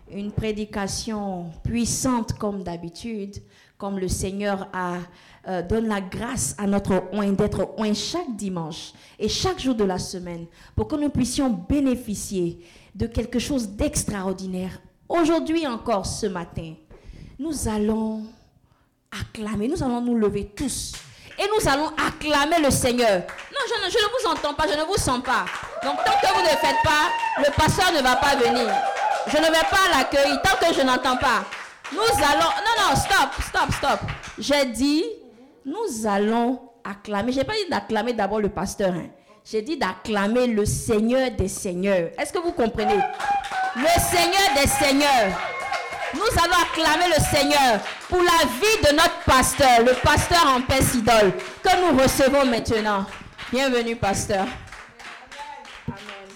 une prédication puissante comme d'habitude, comme le Seigneur donne la grâce à notre oint d'être oint chaque dimanche et chaque jour de la semaine pour que nous puissions bénéficier de quelque chose d'extraordinaire. Aujourd'hui encore, ce matin, nous allons acclamer, nous allons nous lever tous et nous allons acclamer le Seigneur. Non, je ne vous entends pas, je ne vous sens pas. Donc tant que vous ne faites pas, le pasteur ne va pas venir. Je ne vais pas l'accueillir tant que je n'entends pas. Nous allons... Non, stop. J'ai dit, nous allons acclamer. Je n'ai pas dit d'acclamer d'abord le pasteur. J'ai dit d'acclamer le Seigneur des Seigneurs. Est-ce que vous comprenez? Le Seigneur des Seigneurs. Nous allons acclamer le Seigneur pour la vie de notre pasteur, le pasteur en paix Sidol, que nous recevons maintenant. Bienvenue, pasteur. Amen.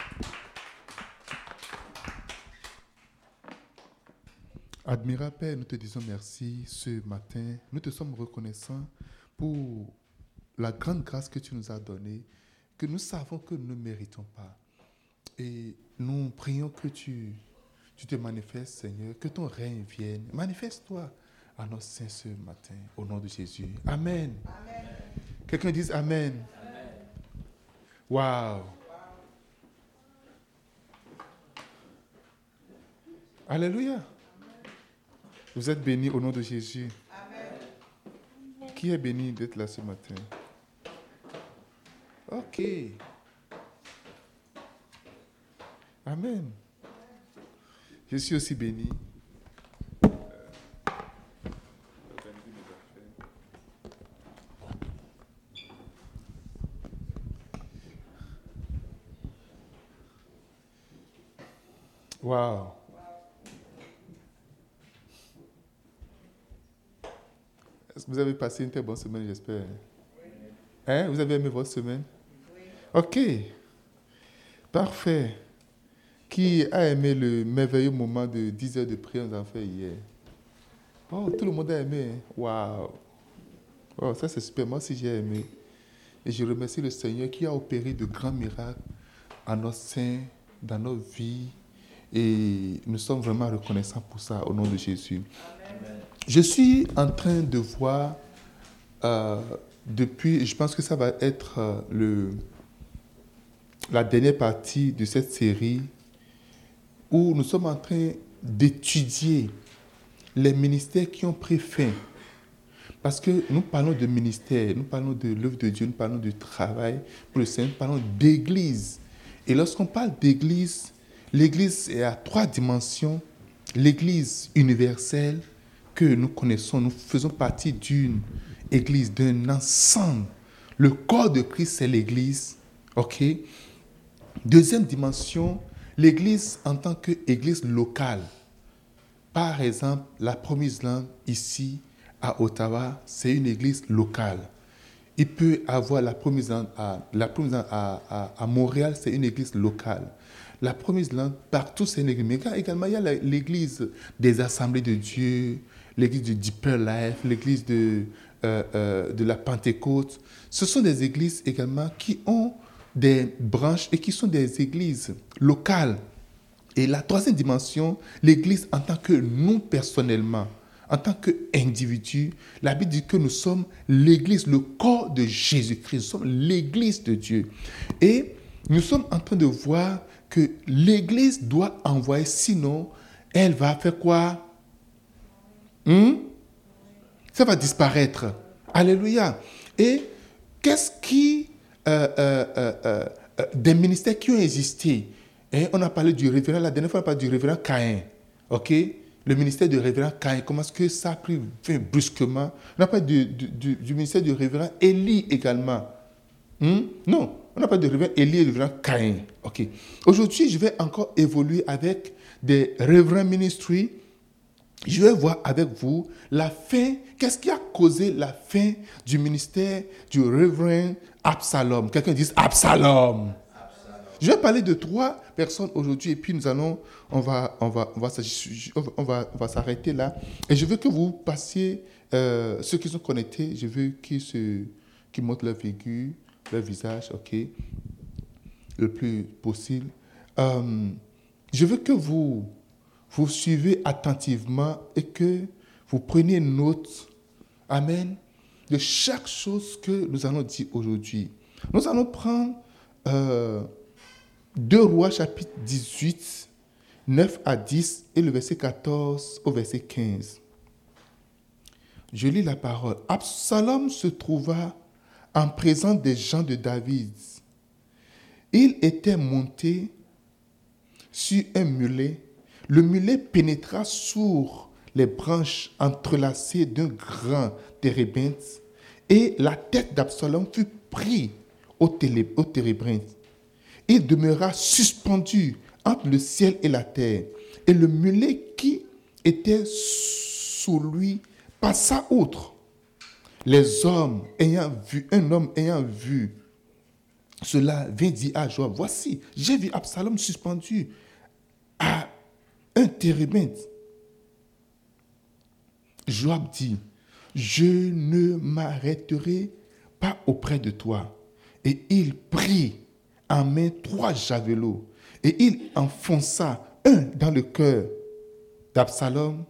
Admirable Père, nous te disons merci ce matin. Nous te sommes reconnaissants pour la grande grâce que tu nous as donnée, que nous savons que nous ne méritons pas. Et nous prions que tu te manifestes, Seigneur, que ton règne vienne. Manifeste-toi à nos saints ce matin, au nom de Jésus. Amen. Amen. Quelqu'un dise Amen. Wow. Alléluia. Vous êtes bénis au nom de Jésus. Amen. Qui est béni d'être là ce matin? Ok. Amen. Je suis aussi béni. Wow. Est-ce que vous avez passé une très bonne semaine, j'espère? Hein? Vous avez aimé votre semaine? Oui. Ok. Parfait. Qui a aimé le merveilleux moment de 10 heures de prière que nous avons fait hier? Oh, tout le monde a aimé. Wow. Oh, ça c'est super. Moi aussi j'ai aimé. Et je remercie le Seigneur qui a opéré de grands miracles en nos sein, dans nos vies. Et nous sommes vraiment reconnaissants pour ça, au nom de Jésus. Amen. Je suis en train de voir, depuis, je pense que ça va être la dernière partie de cette série, où nous sommes en train d'étudier les ministères qui ont pris fin. Parce que nous parlons de ministère, nous parlons de l'œuvre de Dieu, nous parlons du travail pour le Seigneur, nous parlons d'église. Et lorsqu'on parle d'église, l'église est à 3 dimensions. L'église universelle que nous connaissons, nous faisons partie d'une église, d'un ensemble. Le corps de Christ, c'est l'église. OK? Deuxième dimension, l'église en tant qu'église locale. Par exemple, la Promise Land ici à Ottawa, c'est une église locale. Il peut avoir la Promise Land à Montréal, c'est une église locale. La Promise Land, partout, c'est une église. Mais également, il y a l'église des Assemblées de Dieu, l'église du Deeper Life, l'église de la Pentecôte. Ce sont des églises également qui ont des branches et qui sont des églises locales. Et la troisième dimension, l'église en tant que nous personnellement, en tant qu'individu, la Bible dit que nous sommes l'église, le corps de Jésus-Christ, nous sommes l'église de Dieu. Et nous sommes en train de voir que l'église doit envoyer, sinon elle va faire quoi? Ça va disparaître. Alléluia. Et qu'est-ce qui... des ministères qui ont existé. Et on a parlé du révérend, la dernière fois on a parlé du révérend Caïn. OK? Le ministère du révérend Caïn, comment est-ce que ça a pris fin brusquement? On a parlé du ministère du révérend Élie également. Non, on a parlé du révérend Élie et du révérend Caïn. OK. Aujourd'hui, je vais encore évoluer avec des révérends ministries. Je vais voir avec vous la fin, qu'est-ce qui a causé la fin du ministère du révérend Absalom. Quelqu'un dit Absalom. Je vais parler de 3 personnes aujourd'hui et puis on va s'arrêter là. Et je veux que vous passiez, ceux qui sont connectés, je veux qu'ils montrent leur figure, leur visage, ok, le plus possible. Je veux que vous vous suivez attentivement et que vous preniez note, amen, de chaque chose que nous allons dire aujourd'hui. Nous allons prendre 2 Rois chapitre 18, 9 à 10 et le verset 14 au verset 15. Je lis la parole. Absalom se trouva en présence des gens de David. Il était monté sur un mulet. Le mulet pénétra sur les branches entrelacées d'un grand térébinthe et la tête d'Absalom fut prise au térébinthe. Il demeura suspendu entre le ciel et la terre. Et le mulet qui était sous lui passa outre. Les hommes un homme ayant vu cela vint dire à Joab, voici, j'ai vu Absalom suspendu à un térébinthe. Joab dit, je ne m'arrêterai pas auprès de toi. Et il prit en main 3 javelots et il enfonça un dans le cœur d'Absalom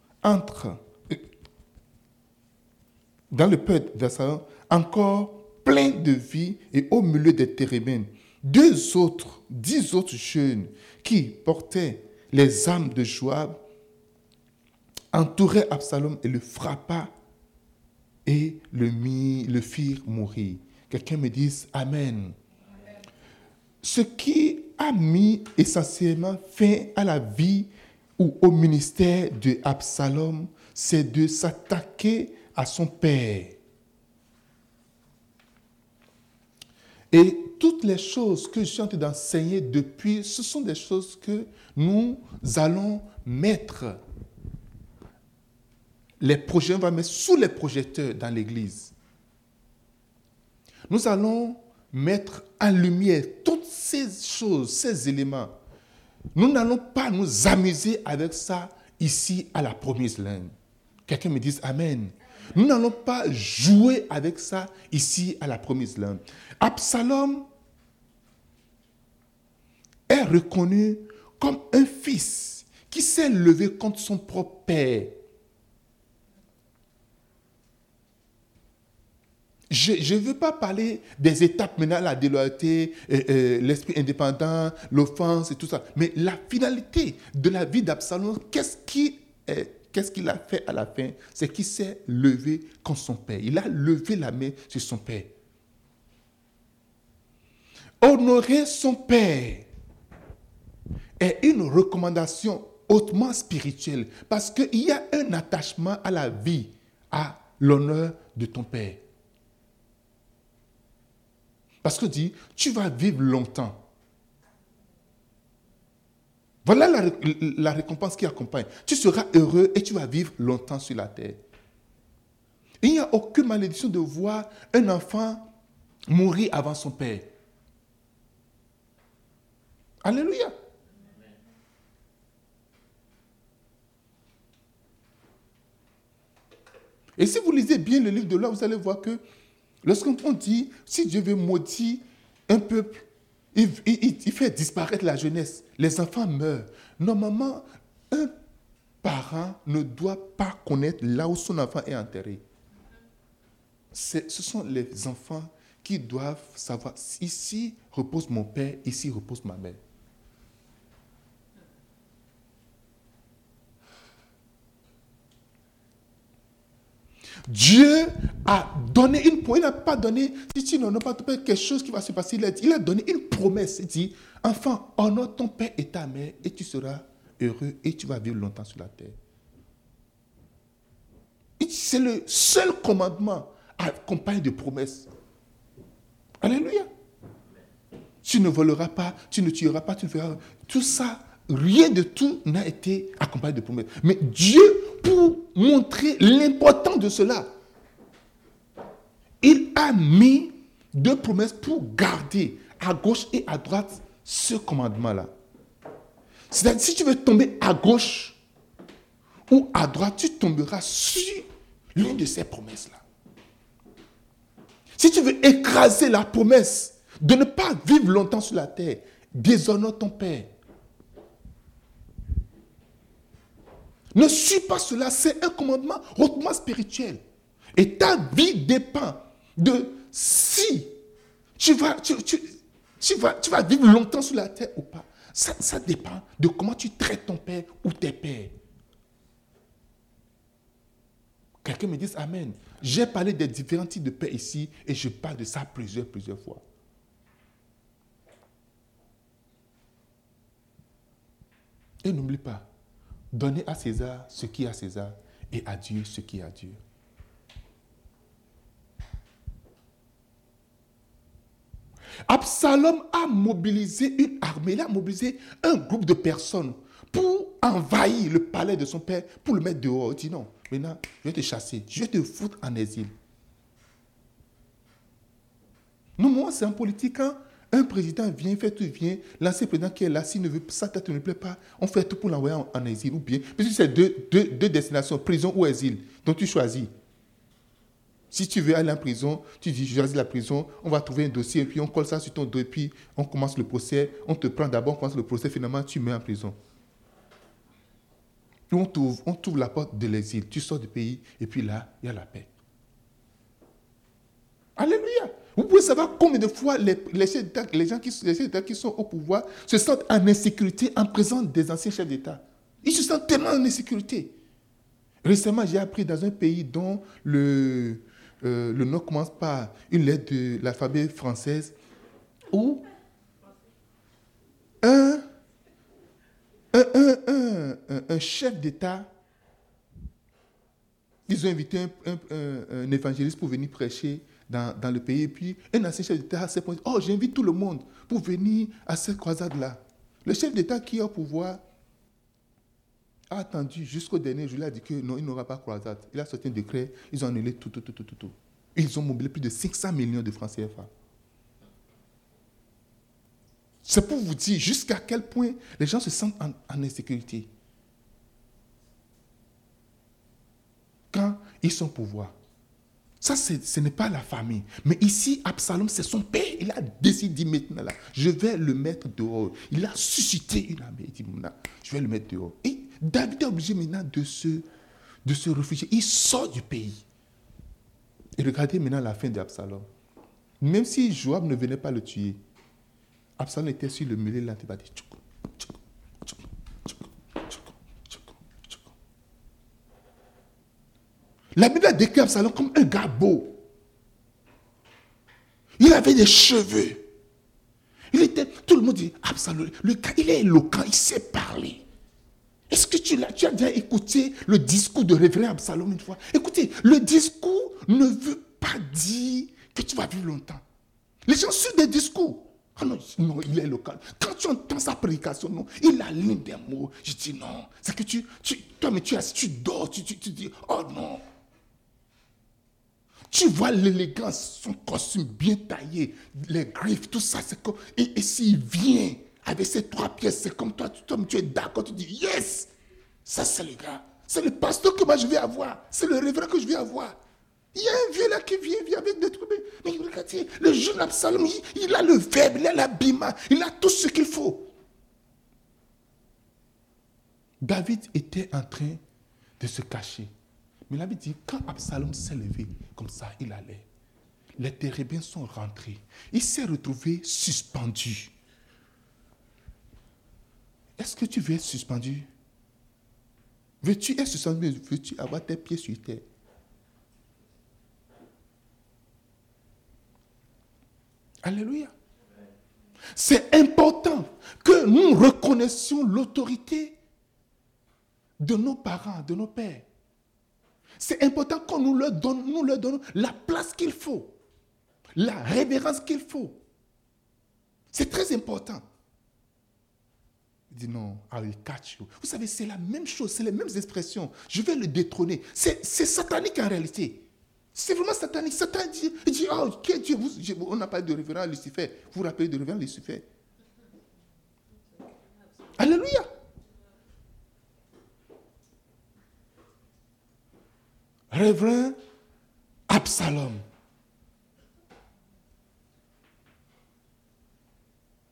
dans le cœur d'Absalom, encore plein de vie et au milieu des térébinthes. 10 autres jeunes qui portaient les armes de Joab entouraient Absalom et le frappa et le firent mourir. Quelqu'un me dise Amen. Ce qui a mis essentiellement fin à la vie ou au ministère de Absalom, c'est de s'attaquer à son père. Et toutes les choses que je suis en train d'enseigner depuis, ce sont des choses que nous allons mettre, on va mettre sous les projecteurs dans l'église. Nous allons mettre en lumière toutes ces choses, ces éléments. Nous n'allons pas nous amuser avec ça ici à la Promised Land. Quelqu'un me dise Amen. Nous n'allons pas jouer avec ça ici à la Promised Land. Absalom est reconnu comme un fils qui s'est levé contre son propre père. Je ne veux pas parler des étapes maintenant, la déloyauté, l'esprit indépendant, l'offense et tout ça. Mais la finalité de la vie d'Absalom, qu'est-ce qu'il a fait à la fin? C'est qu'il s'est levé contre son père. Il a levé la main sur son père. Honorer son père est une recommandation hautement spirituelle parce qu'il y a un attachement à la vie, à l'honneur de ton père. Parce que dit, tu vas vivre longtemps. Voilà la récompense qui accompagne. Tu seras heureux et tu vas vivre longtemps sur la terre. Il n'y a aucune malédiction de voir un enfant mourir avant son père. Alléluia. Et si vous lisez bien le livre de Loi, vous allez voir que lorsqu'on dit, si Dieu veut maudire un peuple, il fait disparaître la jeunesse. Les enfants meurent. Normalement, un parent ne doit pas connaître là où son enfant est enterré. Ce sont les enfants qui doivent savoir, ici repose mon père, ici repose ma mère. Dieu a donné une promesse. Il n'a pas donné, si tu n'en as pas quelque chose qui va se passer, il a donné une promesse. Il dit, enfant, honore ton père et ta mère et tu seras heureux et tu vas vivre longtemps sur la terre. C'est le seul commandement accompagné de promesses. Alléluia. Tu ne voleras pas, tu ne tueras pas, tu ne feras tout ça. Rien de tout n'a été accompagné de promesses. Mais Dieu, pour montrer l'importance de cela, il a mis 2 promesses pour garder à gauche et à droite ce commandement-là. C'est-à-dire, si tu veux tomber à gauche ou à droite, tu tomberas sur l'une de ces promesses-là. Si tu veux écraser la promesse de ne pas vivre longtemps sur la terre, déshonore ton père. Ne suis pas cela, c'est un commandement hautement spirituel. Et ta vie dépend de si tu vas vivre longtemps sur la terre ou pas. Ça dépend de comment tu traites ton père ou tes pères. Quelqu'un me dit Amen. J'ai parlé des différents types de pères ici et je parle de ça plusieurs fois. Et n'oublie pas, donnez à César ce qui est à César et à Dieu ce qui est à Dieu. Absalom a mobilisé une armée, il a mobilisé un groupe de personnes pour envahir le palais de son père, pour le mettre dehors. Il dit non, maintenant, je vais te chasser, je vais te foutre en exil. Nous, moi, c'est en politique, quand un président vient, fait tout, vient, l'ancien président qui est là, s'il ne veut, sa tête ne plaît pas, on fait tout pour l'envoyer en exil, ou bien, parce que c'est deux destinations, prison ou exil, donc tu choisis. Si tu veux aller en prison, tu dis, je choisis la prison, on va trouver un dossier, et puis on colle ça sur ton dos, et puis on commence le procès, on te prend d'abord, on commence le procès, finalement, tu mets en prison. On t'ouvre la porte de l'exil, tu sors du pays, et puis là, il y a la paix. Alléluia! Vous pouvez savoir combien de fois les chefs d'État qui sont au pouvoir se sentent en insécurité en présence des anciens chefs d'État. Ils se sentent tellement en insécurité. Récemment, j'ai appris dans un pays dont le nom commence par une lettre de l'alphabet française, où un chef d'État, ils ont invité un évangéliste pour venir prêcher dans le pays. Et puis, un ancien chef d'État s'est posé, oh, j'invite tout le monde pour venir à cette croisade-là. Le chef d'État qui est au pouvoir a attendu jusqu'au dernier jour. Il a dit que non, il n'aura pas croisade. Il a sorti un décret, ils ont annulé tout. Ils ont mobilisé plus de 500 millions de francs CFA. C'est pour vous dire jusqu'à quel point les gens se sentent en insécurité quand ils sont au pouvoir. Ça, ce n'est pas la famille. Mais ici, Absalom, c'est son père. Il a décidé maintenant, là, je vais le mettre dehors. Il a suscité une armée. Il dit, maintenant, je vais le mettre dehors. Et David est obligé maintenant de se réfugier. Il sort du pays. Et regardez maintenant la fin d'Absalom. Même si Joab ne venait pas le tuer, Absalom était sur le mêlé là, il va dire, la Bible a décrit Absalom comme un gars beau. Il avait des cheveux. Tout le monde dit, Absalom, le gars, il est éloquent, il sait parler. Est-ce que tu as déjà écouté le discours de révérend Absalom une fois? Écoutez, le discours ne veut pas dire que tu vas vivre longtemps. Les gens suivent des discours. Ah non, il est éloquent. Quand tu entends sa prédication, non, il aligne des mots. Je dis non. C'est que tu dors, tu dis, oh non. Tu vois l'élégance, son costume bien taillé, les griffes, tout ça, c'est comme... Et s'il vient avec ces 3 pièces, c'est comme toi, tu es d'accord, tu dis, yes, ça c'est le gars. C'est le pasteur que moi je vais avoir. C'est le révérend que je vais avoir. Il y a un vieux là qui vient avec des trucs. Mais regardez, le jeune Absalom, il a le verbe, il a l'habillement, il a tout ce qu'il faut. David était en train de se cacher. Mais la Bible dit, quand Absalom s'est levé, comme ça, il allait. Les térébins sont rentrés. Il s'est retrouvé suspendu. Est-ce que tu veux être suspendu? Veux-tu être suspendu? Veux-tu avoir tes pieds sur terre? Alléluia. C'est important que nous reconnaissions l'autorité de nos parents, de nos pères. C'est important qu'on nous leur donne la place qu'il faut, la révérence qu'il faut. C'est très important. Il dit non, I will catch you. Vous savez, c'est la même chose, c'est les mêmes expressions. Je vais le détrôner. C'est satanique en réalité. C'est vraiment satanique. Satan dit, oh, quel Dieu, on n'a pas de révérend à Lucifer. Vous vous rappelez de révérend à Lucifer? Alléluia. Révérend Absalom.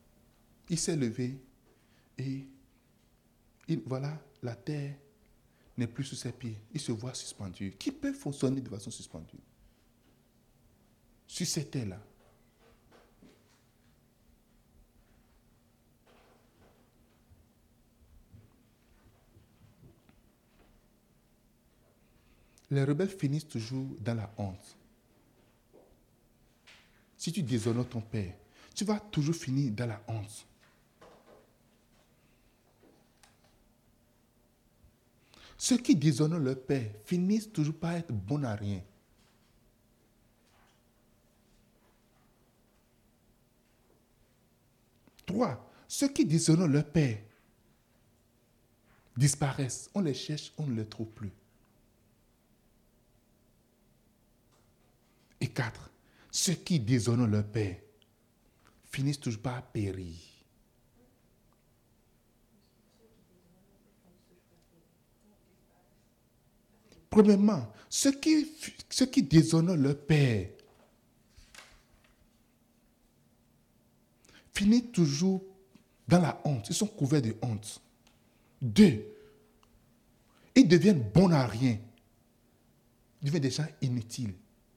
Il s'est levé et voilà la terre n'est plus sous ses pieds. Il se voit suspendu. Qui peut fonctionner de façon suspendue sur cette terre-là? Les rebelles finissent toujours dans la honte. Si tu déshonores ton père, tu vas toujours finir dans la honte. Ceux qui déshonorent leur père finissent toujours par être bons à rien. Trois, ceux qui déshonorent leur père disparaissent. On les cherche, on ne les trouve plus. Et 4, ceux qui déshonorent leur père finissent toujours par périr. Premièrement, ceux qui déshonorent leur père finissent toujours dans la honte. Ils sont couverts de honte. 2, ils deviennent bons à rien. Ils deviennent des gens inutiles.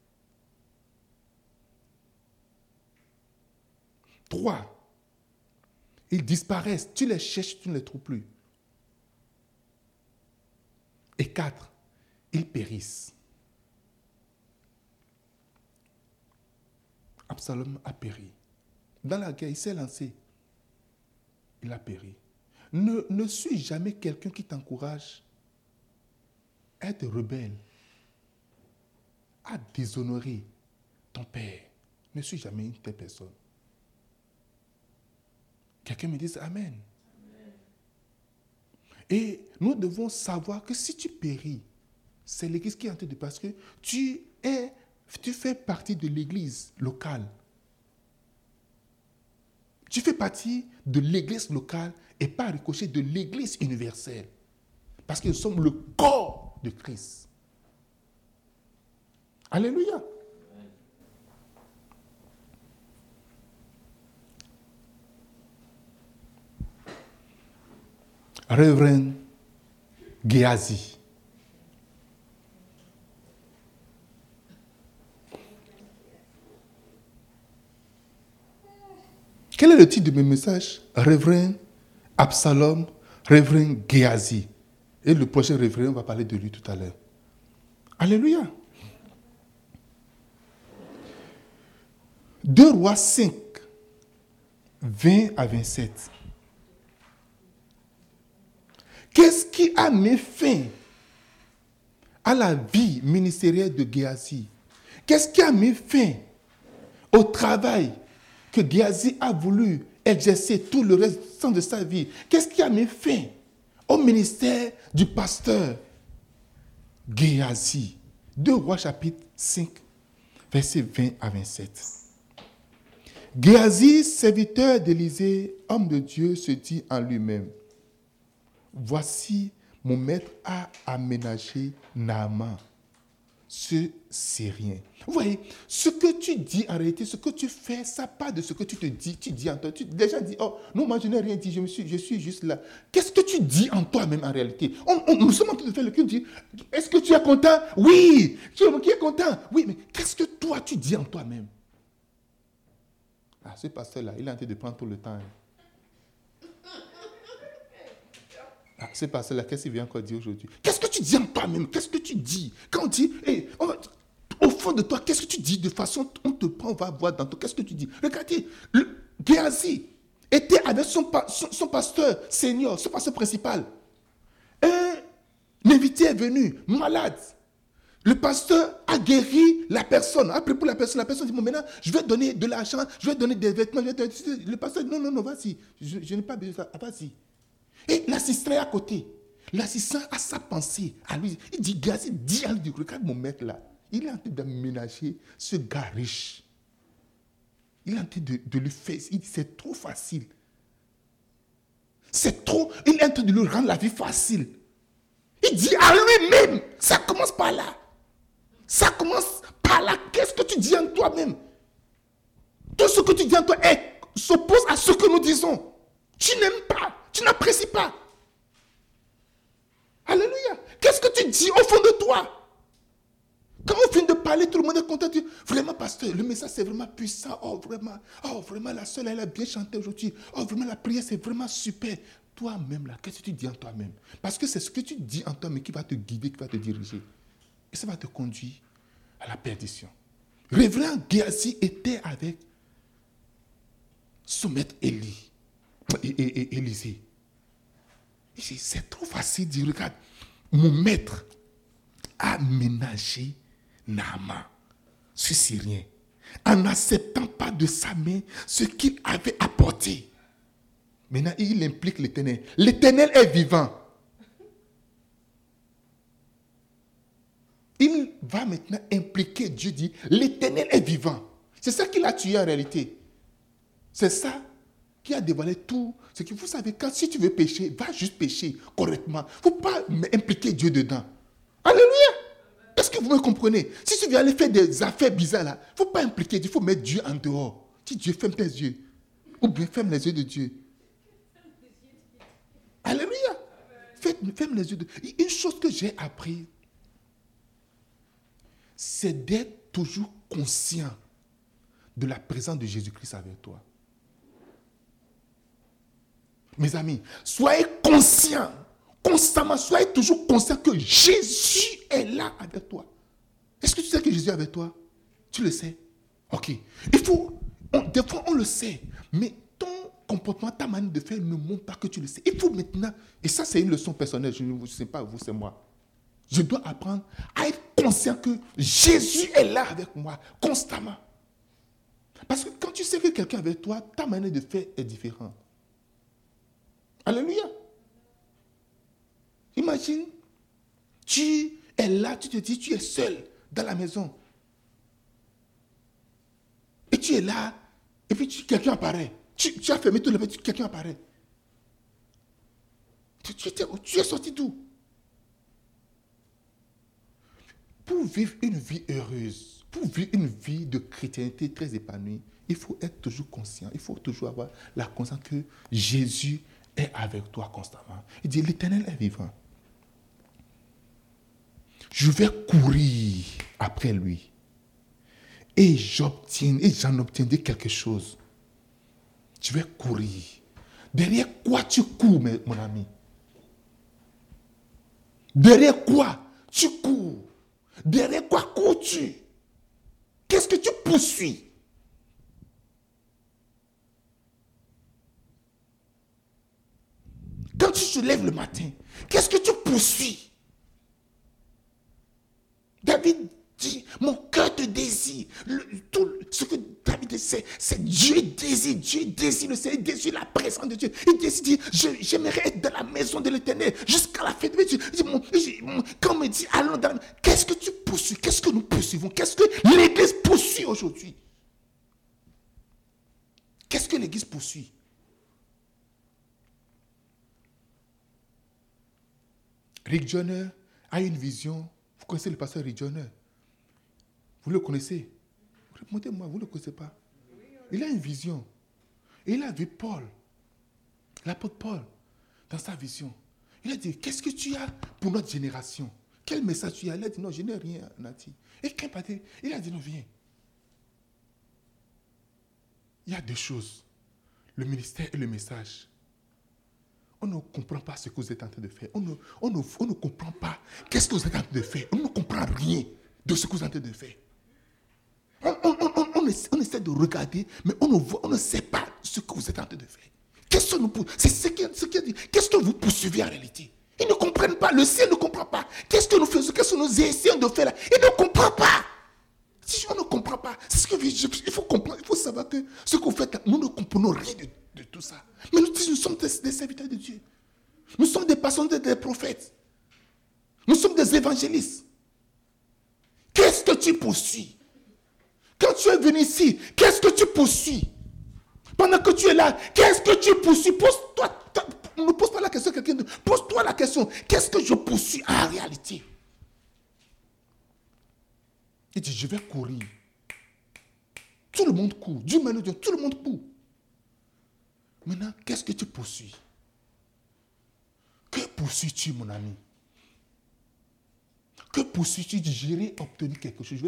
3, ils disparaissent. Tu les cherches, tu ne les trouves plus. Et 4, ils périssent. Absalom a péri. Dans la guerre, il s'est lancé. Il a péri. Ne suis jamais quelqu'un qui t'encourage à être rebelle, à déshonorer ton père. Ne suis jamais une telle personne. Quelqu'un me dise Amen. Amen. Et nous devons savoir que si tu péris, c'est l'église qui est en train de... Parce que tu fais partie de l'église locale. Tu fais partie de l'église locale et pas ricochet de l'église universelle. Parce que nous sommes le corps de Christ. Alléluia. Révérend Géasi. Quel est le titre de mes messages? Révérend Absalom, Révérend Géasi. Et le prochain révérend, on va parler de lui tout à l'heure. Alléluia. 2 Rois 5, 20 à 27. Qu'est-ce qui a mis fin à la vie ministérielle de Géasi? Qu'est-ce qui a mis fin au travail que Géasi a voulu exercer tout le restant de sa vie? Qu'est-ce qui a mis fin au ministère du pasteur Géasi? 2 Rois chapitre 5, versets 20 à 27. Géasi, serviteur d'Élisée, homme de Dieu, se dit en lui-même: voici, mon maître a aménagé Naaman, ce Syrien. Vous voyez, ce que tu dis en réalité, ce que tu fais, ça part de ce que tu te dis. Tu dis en toi. Les gens disent, oh non, moi je n'ai rien dit, je suis juste là. Qu'est-ce que tu dis en toi-même en réalité? Nous sommes en train de faire le culte. Est-ce que tu es content? Oui. Qui est content? Oui, mais qu'est-ce que toi tu dis en toi-même? Ah, ce pasteur-là, il est en train de prendre tout le temps. Ah, ce pasteur-là, qu'est-ce qu'il vient encore dire aujourd'hui? Qu'est-ce que tu dis en toi-même? Qu'est-ce que tu dis? Quand on dit, au fond de toi, qu'est-ce que tu dis? De façon, on te prend, on va voir dans toi. Qu'est-ce que tu dis? Regardez, Géasi était avec son pasteur senior, son pasteur principal. Un invité est venu, malade. Le pasteur a guéri la personne, a pris pour la personne dit, bon, maintenant, je vais donner de l'argent, je vais donner des vêtements. Le pasteur dit, non, vas-y, je n'ai pas besoin de ça, vas-y. Et l'assistant est à côté. L'assistant a sa pensée à lui. Il dit, Géasi, dis à lui, regarde mon maître là. Il est en train d'aménager ce gars riche. Il est en train de lui faire, il dit, c'est trop facile. C'est trop, il est en train de lui rendre la vie facile. Il dit à lui-même, ça commence par là. Ça commence par là. Qu'est-ce que tu dis en toi-même? Tout ce que tu dis en toi s'oppose à ce que nous disons. Tu n'aimes pas, tu n'apprécies pas. Alléluia. Qu'est-ce que tu dis au fond de toi? Quand on finit de parler, tout le monde est content. Vraiment, pasteur, le message c'est vraiment puissant. Oh, vraiment, la soeur, elle a bien chanté aujourd'hui. Oh, vraiment, la prière, c'est vraiment super. Toi-même, là, qu'est-ce que tu dis en toi-même? Parce que c'est ce que tu dis en toi-même qui va te guider, qui va te diriger. Et ça va te conduire à la perdition. Révérend Géasi était avec son maître Élisée. C'est trop facile de dire, regarde, mon maître a ménagé Naaman, ce Syrien, en n'acceptant pas de sa main ce qu'il avait apporté. Maintenant, il implique l'Éternel. L'Éternel est vivant. Il va maintenant impliquer Dieu, dit, l'Éternel est vivant. C'est ça qu'il a tué en réalité. C'est ça qui a dévoilé tout. C'est que vous savez, quand si tu veux pécher, va juste pécher correctement. Il ne faut pas impliquer Dieu dedans. Alléluia. Est-ce que vous me comprenez? Si tu veux aller faire des affaires bizarres là, il ne faut pas impliquer Dieu, il faut mettre Dieu en dehors. Dis Dieu, ferme tes yeux. Ou bien ferme les yeux de Dieu. Alléluia. Ferme les yeux de Dieu. Une chose que j'ai appris, c'est d'être toujours conscient de la présence de Jésus-Christ avec toi. Mes amis, soyez conscients, constamment, soyez toujours conscients que Jésus est là avec toi. Est-ce que tu sais que Jésus est avec toi? Tu le sais? Ok. Des fois on le sait, mais ton comportement, ta manière de faire ne montre pas que tu le sais. Il faut maintenant, et ça c'est une leçon personnelle, je ne sais pas vous, c'est moi. Je dois apprendre à être conscient que Jésus est là avec moi, constamment. Parce que quand tu sais que quelqu'un est avec toi, ta manière de faire est différente. Alléluia. Imagine, tu es là, tu te dis, tu es seul dans la maison. Et tu es là, et puis quelqu'un apparaît. Tu as fermé tout le monde, quelqu'un apparaît. Tu es sorti d'où? Pour vivre une vie heureuse, pour vivre une vie de chrétienté très épanouie, il faut être toujours conscient, il faut toujours avoir la conscience que Jésus est avec toi constamment. Il dit, l'Éternel est vivant. Je vais courir après lui. Et j'en obtiendrai quelque chose. Je vais courir. Derrière quoi tu cours, mon ami? Derrière quoi tu cours? Derrière quoi cours-tu? Qu'est-ce que tu poursuis? Quand tu te lèves le matin, qu'est-ce que tu poursuis? David dit, mon cœur te désire. Tout ce que David dit, c'est Dieu désire le Seigneur, désire la présence de Dieu. Il dit, j'aimerais être dans la maison de l'Éternel jusqu'à la fin de mes jours. Quand on me dit, allons dans la... Qu'est-ce que tu poursuis? Qu'est-ce que nous poursuivons? Qu'est-ce que l'Église poursuit aujourd'hui? Qu'est-ce que l'Église poursuit? Rick Joyner a une vision. Vous connaissez le pasteur Rick Joyner? Vous le connaissez? Répondez-moi, vous ne le connaissez pas? Il a une vision. Et il a vu Paul, l'apôtre Paul, dans sa vision. Il a dit, qu'est-ce que tu as pour notre génération? Quel message tu as? Il a dit, non, je n'ai rien, Nati. Et quand il a dit, non, viens. Il y a deux choses, le ministère et le message. On ne comprend pas ce que vous êtes en train de faire. On ne comprend pas qu'est-ce que vous êtes en train de faire. On ne comprend rien de ce que vous êtes en train de faire. On essaie de regarder, mais on ne sait pas ce que vous êtes en train de faire. C'est ce qu'il a dit. Qu'est-ce que vous poursuivez en réalité? Ils ne comprennent pas. Le ciel ne comprend pas. Qu'est-ce que nous faisons? Qu'est-ce que nous essayons de faire là? Ils ne comprennent pas. Si on ne comprend pas, c'est ce que il faut comprendre. Il faut savoir que ce que vous faites là, nous ne comprenons rien de tout ça. Mais nous sommes des serviteurs de Dieu. Nous sommes des pasteurs, des prophètes. Nous sommes des évangélistes. Qu'est-ce que tu poursuis? Quand tu es venu ici, qu'est-ce que tu poursuis? Pendant que tu es là, qu'est-ce que tu poursuis? Ne pose pas la question à quelqu'un d'autre. Pose-toi la question. Qu'est-ce que je poursuis en réalité? Il dit, je vais courir. Tout le monde court. Dieu m'a dit, tout le monde court. Maintenant, qu'est-ce que tu poursuis? Que poursuis-tu, mon ami? Que poursuis-tu? J'irai obtenir quelque chose.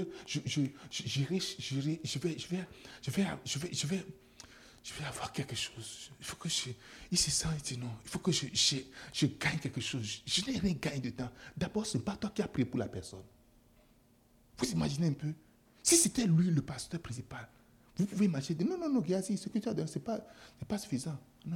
Je vais avoir quelque chose. Il faut que il se sent, il dit non. Il faut que je gagne quelque chose. Je n'ai rien gagné dedans. D'abord, ce n'est pas toi qui as prié pour la personne. Vous imaginez un peu? Si c'était lui, le pasteur principal, vous pouvez imaginer, non, Géasi, ce que tu as donné, ce n'est pas suffisant. Non.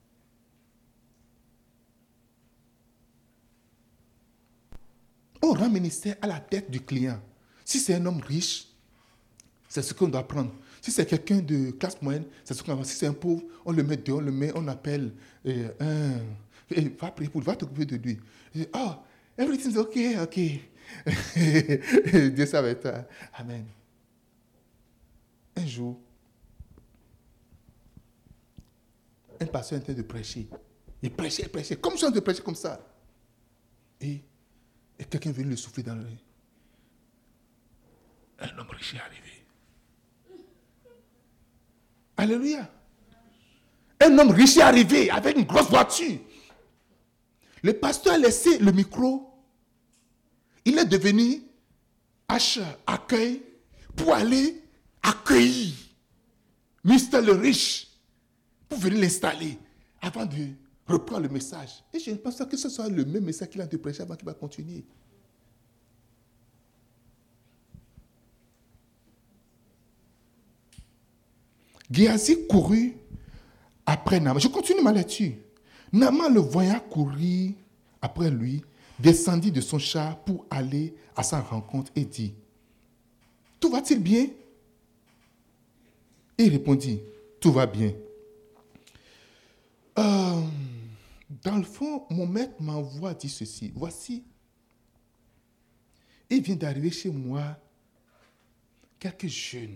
On rend ministère à la tête du client. Si c'est un homme riche, c'est ce qu'on doit prendre. Si c'est quelqu'un de classe moyenne, c'est ce qu'on va. Si c'est un pauvre, on le met dehors, on appelle va prier pour lui, va t'occuper de lui. Oh, everything's ok. Dieu ça va être. Amen. Un jour, un pasteur est en train de prêcher. Il prêchait, comme je suis en train de prêcher comme ça. Et quelqu'un vient le souffler dans l'oreille. Un homme riche est arrivé. Alléluia. Un homme riche est arrivé avec une grosse voiture. Le pasteur a laissé le micro. Il est devenu accueil pour aller accueillir Mr. le riche pour venir l'installer avant de reprendre le message. Et je ne pense pas que ce soit le même message qu'il a de prêcher avant qu'il va continuer. Géasi courut après Naaman. Je continue ma lecture. Naaman, le voyant courir après lui, descendit de son char pour aller à sa rencontre et dit, « Tout va-t-il bien ?» Et il répondit, « Tout va bien. » Dans le fond, mon maître m'envoie dire ceci. Voici, il vient d'arriver chez moi quelques jeunes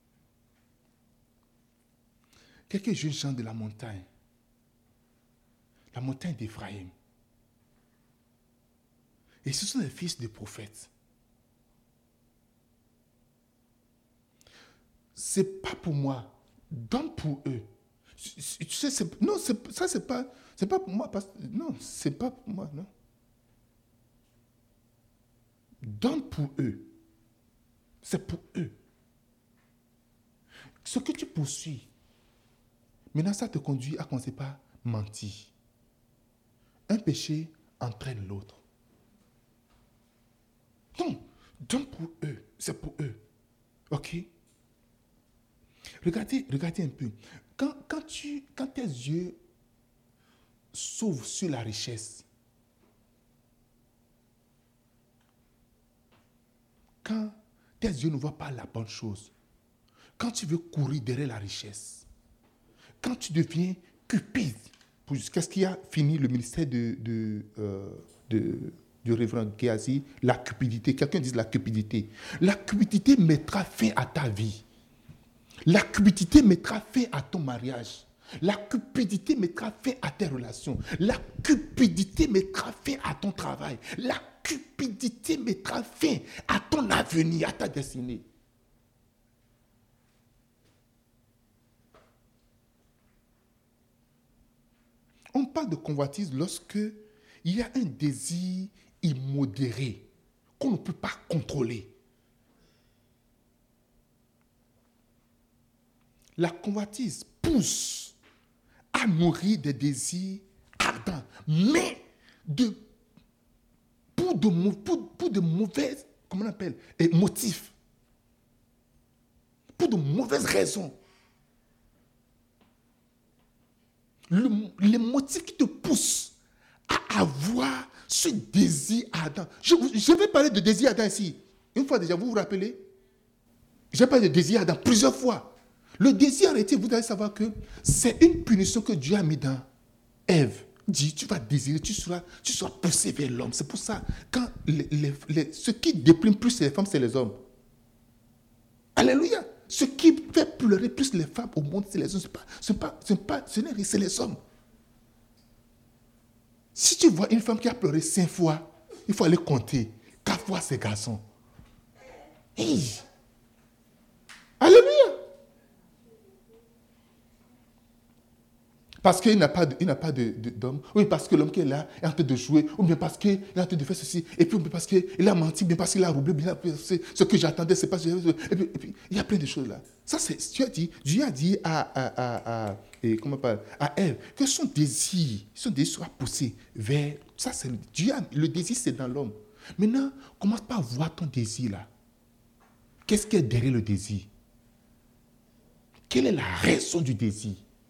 gens de la montagne d'Éphraïm. Et ce sont les fils des prophètes. C'est pas pour moi, donne pour eux. Tu sais, c'est pas pour moi. Non, c'est pas pour moi, non. Donne pour eux. C'est pour eux. Ce que tu poursuis, maintenant ça te conduit à commencer par mentir. Un péché entraîne l'autre. Non, donne pour eux. C'est pour eux. Ok? Regardez un peu. Quand tes yeux s'ouvrent sur la richesse, quand tes yeux ne voient pas la bonne chose, quand tu veux courir derrière la richesse, quand tu deviens cupide, qu'est-ce qui a fini le ministère du révérend Géasi? La cupidité. Quelqu'un dit la cupidité. La cupidité mettra fin à ta vie. La cupidité mettra fin à ton mariage. La cupidité mettra fin à tes relations. La cupidité mettra fin à ton travail. La cupidité mettra fin à ton avenir, à ta destinée. On parle de convoitise lorsque il y a un désir immodéré qu'on ne peut pas contrôler. La convoitise pousse à nourrir des désirs ardents, mais pour de mauvaises, comment on appelle, motifs, pour de mauvaises raisons. Les motifs qui te poussent à avoir ce désir ardent. Je vais parler de désir ardent ici. Une fois déjà, vous vous rappelez? J'ai parlé de désir ardent plusieurs fois. Le désir arrêté, vous devez savoir que c'est une punition que Dieu a mis dans Ève. Dit, tu vas désirer, tu seras poussé vers l'homme. C'est pour ça, quand ce qui déprime plus les femmes, c'est les hommes. Alléluia. Ce qui fait pleurer plus les femmes au monde, c'est les hommes. C'est les hommes. Si tu vois une femme qui a pleuré 5 fois, il faut aller compter 4 fois ces garçons. Hey. Alléluia. Parce qu'il n'a pas d'homme. Oui, parce que l'homme qui est là est en train de jouer. Ou bien parce qu'il est en train de faire ceci. Et puis parce qu'il a menti. Bien parce qu'il a roublé. Bien ce que j'attendais, c'est pas... Et puis, il y a plein de choses là. Ça, c'est... Dieu a dit à Ève que son désir soit poussé vers... Ça, c'est... Le désir, c'est dans l'homme. Maintenant, commence pas à voir ton désir là. Qu'est-ce qui est derrière le désir? Quelle est la raison du désir?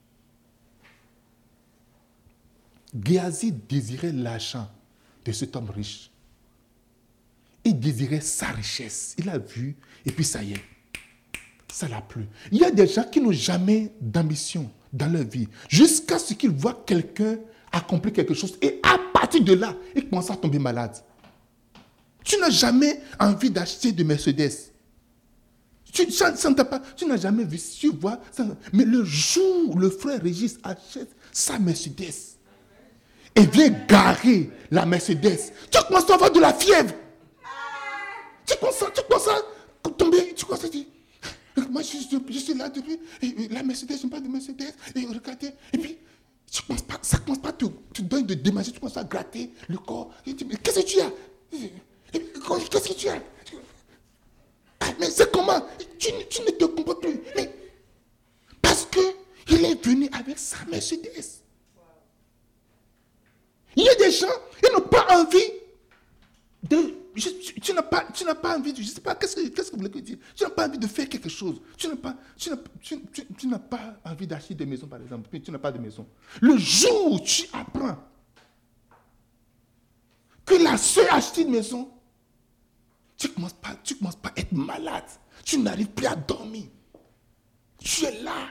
Géasi désirait l'argent de cet homme riche. Il désirait sa richesse. Il a vu, et puis ça y est. Ça l'a plu. Il y a des gens qui n'ont jamais d'ambition dans leur vie, jusqu'à ce qu'ils voient quelqu'un accomplir quelque chose. Et à partir de là, ils commencent à tomber malades. Tu n'as jamais envie d'acheter de Mercedes. Tu n'as jamais vu, tu vois. Mais le jour où le frère Régis achète sa Mercedes, et vient garer la Mercedes, tu commences à avoir de la fièvre. Tu commences à tomber, tu commences à dire, moi je suis là depuis, et la Mercedes, je n'ai pas de Mercedes, et regardez, et puis ça commence pas à te donner de démager, tu commences à gratter le corps, et tu dis, mais qu'est-ce que tu as? Qu'est-ce que tu as? Mais c'est comment? Tu ne te comprends plus. Mais parce qu'il est venu avec sa Mercedes. Il y a des gens, ils n'ont pas envie de... Tu n'as pas envie de... Je ne sais pas, qu'est-ce que vous voulez dire? Tu n'as pas envie de faire quelque chose. Tu n'as pas envie d'acheter des maisons, par exemple. Mais tu n'as pas de maison. Le jour où tu apprends que la seule a acheté une maison, tu ne commences pas à être malade. Tu n'arrives plus à dormir. Tu es là.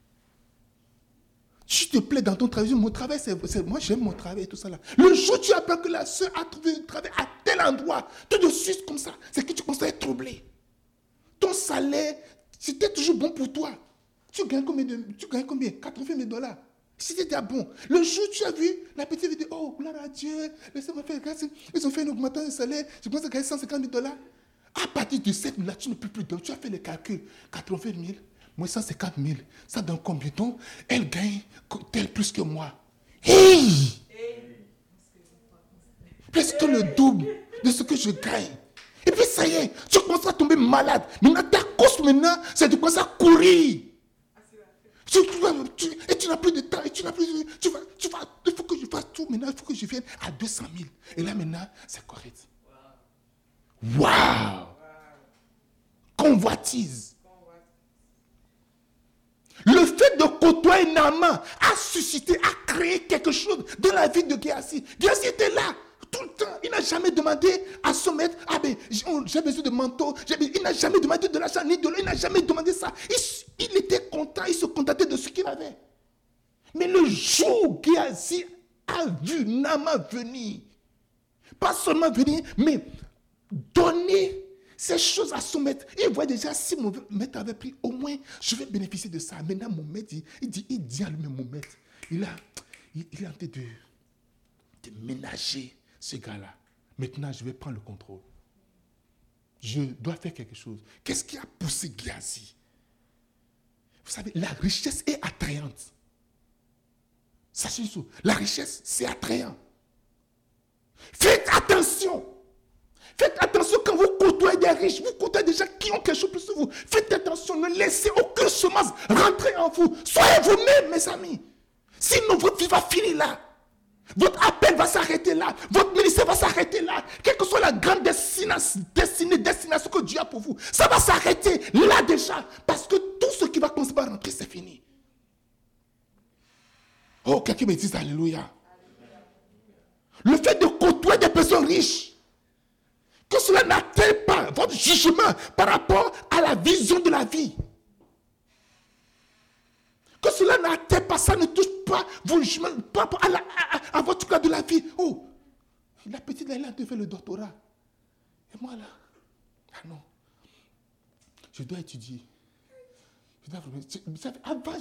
Tu te plais dans ton travail. Mon travail, moi j'aime mon travail et tout ça là. Le jour où tu apprends que la soeur a trouvé un travail à tel endroit, tout de suite comme ça, c'est que tu commences à être troublé. Ton salaire, c'était toujours bon pour toi. Tu gagnes combien? 80 000 $. C'était déjà bon. Le jour où tu as vu, la petite vidéo, oh, gloire à Dieu, laissez-moi faire grâce. Ils ont fait une augmentation de salaire, je pense à gagner 150 000 $. À partir de cette là, tu ne peux plus dormir. Tu as fait le calcul. 80 000, moins 150 000, ça donne combien? Donc, elle gagne tel plus que moi. Hey! Presque le double de ce que je gagne. Et puis ça y est, tu commences à tomber malade. Maintenant, ta course maintenant, c'est de commencer à courir. Et tu n'as plus de temps. Et tu n'as plus de... il faut que je fasse tout maintenant. Il faut que je vienne à 200 000. Et là maintenant, c'est correct. Waouh! Convoitise. Le fait de côtoyer Naaman a suscité, a créé quelque chose dans la vie de Géasi. Géasi était là tout le temps. Il n'a jamais demandé à son maître, j'ai besoin de manteau. Il n'a jamais demandé de l'argent ni de l'eau. Il n'a jamais demandé ça. Il était content, il se contentait de ce qu'il avait. Mais le jour où Géasi a vu Naaman venir, pas seulement venir, mais donner ces choses à son maître. Il voit déjà, si mon maître avait pris, au moins, je vais bénéficier de ça. Maintenant, mon maître, il dit à lui-même, mon maître, il est en train de ménager ce gars-là. Maintenant, je vais prendre le contrôle. Je dois faire quelque chose. Qu'est-ce qui a poussé Géasi? Vous savez, la richesse est attrayante. Sachez ça. La richesse, c'est attrayant. Faites attention. Faites attention quand vous côtoyez des riches, vous côtoyez des gens qui ont quelque chose plus que vous. Faites attention, ne laissez aucune semence rentrer en vous. Soyez vous-même, mes amis. Sinon, votre vie va finir là. Votre appel va s'arrêter là. Votre ministère va s'arrêter là. Quelle que soit la grande destination que Dieu a pour vous, ça va s'arrêter là déjà. Parce que tout ce qui va commencer par rentrer, c'est fini. Oh, quelqu'un me dit alléluia. Le fait de côtoyer des personnes riches, que cela n'atteigne pas votre jugement par rapport à la vision de la vie. Que cela n'atteigne pas, ça ne touche pas vos jugements par rapport à votre cas de la vie. Oh, la petite là, elle a fait le doctorat. Et moi là, ah non, je dois étudier. Avant,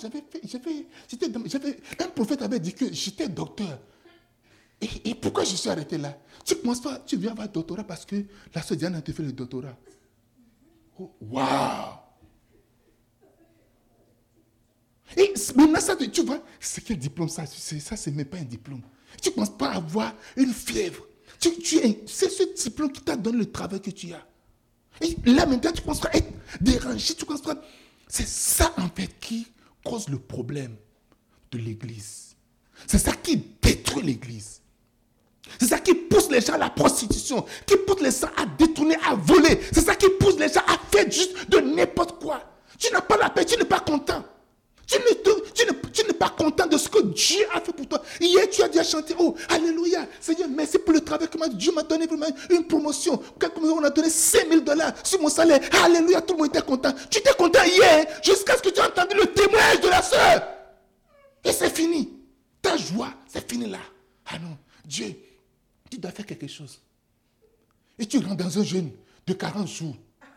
un prophète avait dit que j'étais docteur. Et pourquoi je suis arrêté là? Tu commences pas, tu viens avoir le doctorat parce que la sœur Diane a fait le doctorat. Oh, waouh! Et maintenant, ça, tu vois, c'est quel diplôme ça? Ça, c'est même pas un diplôme. Tu ne commences pas à avoir une fièvre. C'est ce diplôme qui t'a donné le travail que tu as. Et là, maintenant, tu commences à être dérangé. C'est ça, en fait, qui cause le problème de l'église. C'est ça qui détruit l'église. C'est ça qui pousse les gens à la prostitution, qui pousse les gens à détourner, à voler. C'est ça qui pousse les gens à faire juste de n'importe quoi. Tu n'as pas la paix, tu n'es pas content. Tu n'es pas content de ce que Dieu a fait pour toi. Hier, tu as déjà chanté, oh, alléluia, Seigneur, merci pour le travail que Dieu m'a donné, une promotion. On a donné $5,000 sur mon salaire. Alléluia, tout le monde était content. Tu étais content hier, jusqu'à ce que tu aies entendu le témoignage de la sœur. Et c'est fini. Ta joie, c'est fini là. Ah non, Dieu, tu dois faire quelque chose. Et tu rentres dans un jeûne de 40 jours.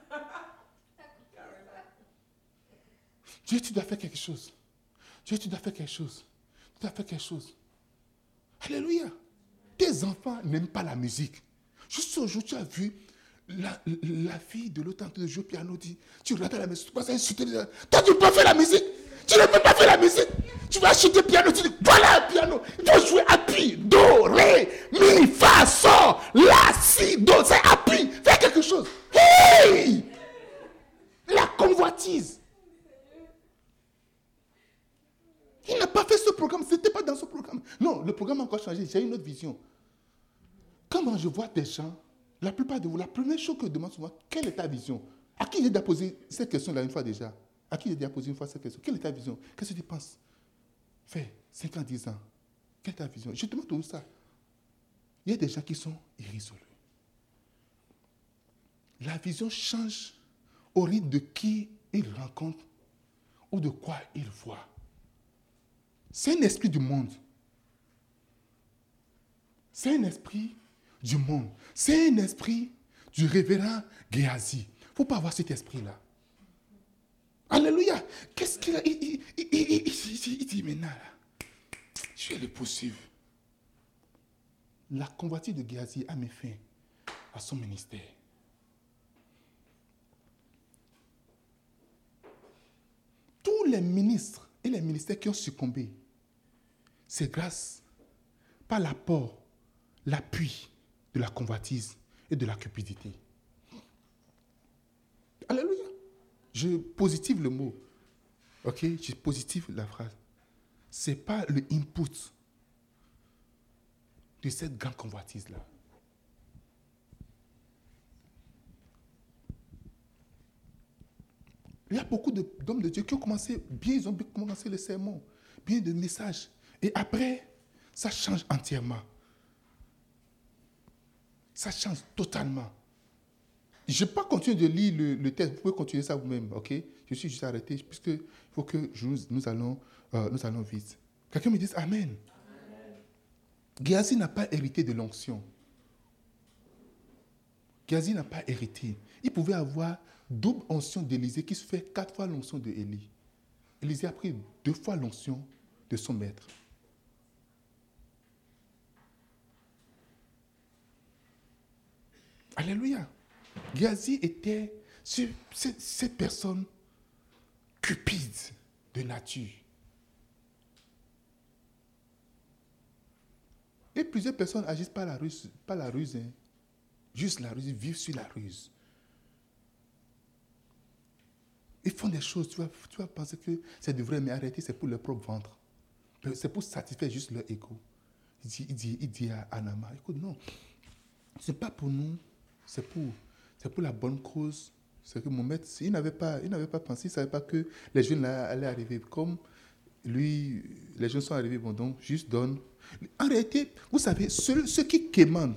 Dieu, tu dois faire quelque chose. Dieu, tu dois faire quelque chose. Tu dois faire quelque chose. Alléluia. Tes enfants n'aiment pas la musique. Juste aujourd'hui, tu as vu la fille de l'autre de jouer au piano. Tu regardes la musique, tu passes à insulter. Toi, tu ne peux pas faire la musique. Tu ne peux pas faire la musique. Tu vas acheter le piano, tu dis, voilà le piano. Tu vas jouer appuie, do, ré, mi, fa, sol, la, si, do. C'est appuie. Fais quelque chose. Hey! La convoitise. Il n'a pas fait ce programme, ce n'était pas dans ce programme. Non, le programme a encore changé, j'ai une autre vision. Quand je vois des gens, la plupart de vous, la première chose que je demande souvent, quelle est ta vision? À qui j'ai déjà posé cette question-là une fois déjà? À qui j'ai déjà posé une fois cette question? Quelle est ta vision? Qu'est-ce que tu penses? Fais 5 ans, 10 ans. Quelle est ta vision? Je te demande tout ça. Il y a des gens qui sont irrésolus. La vision change au rythme de qui ils rencontrent ou de quoi ils voient. C'est un esprit du monde. C'est un esprit du monde. C'est un esprit du révérend Géasi. Il ne faut pas avoir cet esprit-là. Alléluia. Qu'est-ce qu'il a? Il dit maintenant, là, je vais le poursuivre. La convoitise de Géasi a mis fin à son ministère. Tous les ministres et les ministères qui ont succombé, c'est grâce, par l'apport, l'appui de la convoitise et de la cupidité. Alléluia. Je positive le mot. Ok? Je positive la phrase. Ce n'est pas le input de cette grande convoitise-là. Il y a beaucoup d'hommes de Dieu qui ont commencé bien, ils ont commencé le sermon, bien de messages. Et après, ça change entièrement. Ça change totalement. Je ne vais pas continuer de lire le texte. Vous pouvez continuer ça vous-même, ok? Je suis juste arrêté, puisqu'il faut que nous allons vite. Quelqu'un me dise Amen. Géasi n'a pas hérité de l'onction. Géasi n'a pas hérité. Il pouvait avoir double onction d'Élisée qui se fait 4 fois l'onction de Élie. Élisée a pris 2 fois l'onction de son maître. Alléluia. Géasi était cette personne cupide de nature. Et plusieurs personnes agissent par la ruse, hein. Juste la ruse, ils vivent sur la ruse. Ils font des choses, tu vas penser que c'est de vrai, mais arrêtez, c'est pour leur propre ventre. C'est pour satisfaire juste leur ego. Il dit à Anama, écoute, non, c'est pas pour nous, c'est pour la bonne cause. C'est que mon maître, il n'avait pas pensé, il ne savait pas que les jeunes là allaient arriver. Comme lui, les jeunes sont arrivés, bon, donc juste donne. En réalité, vous savez, ceux qui quémandent,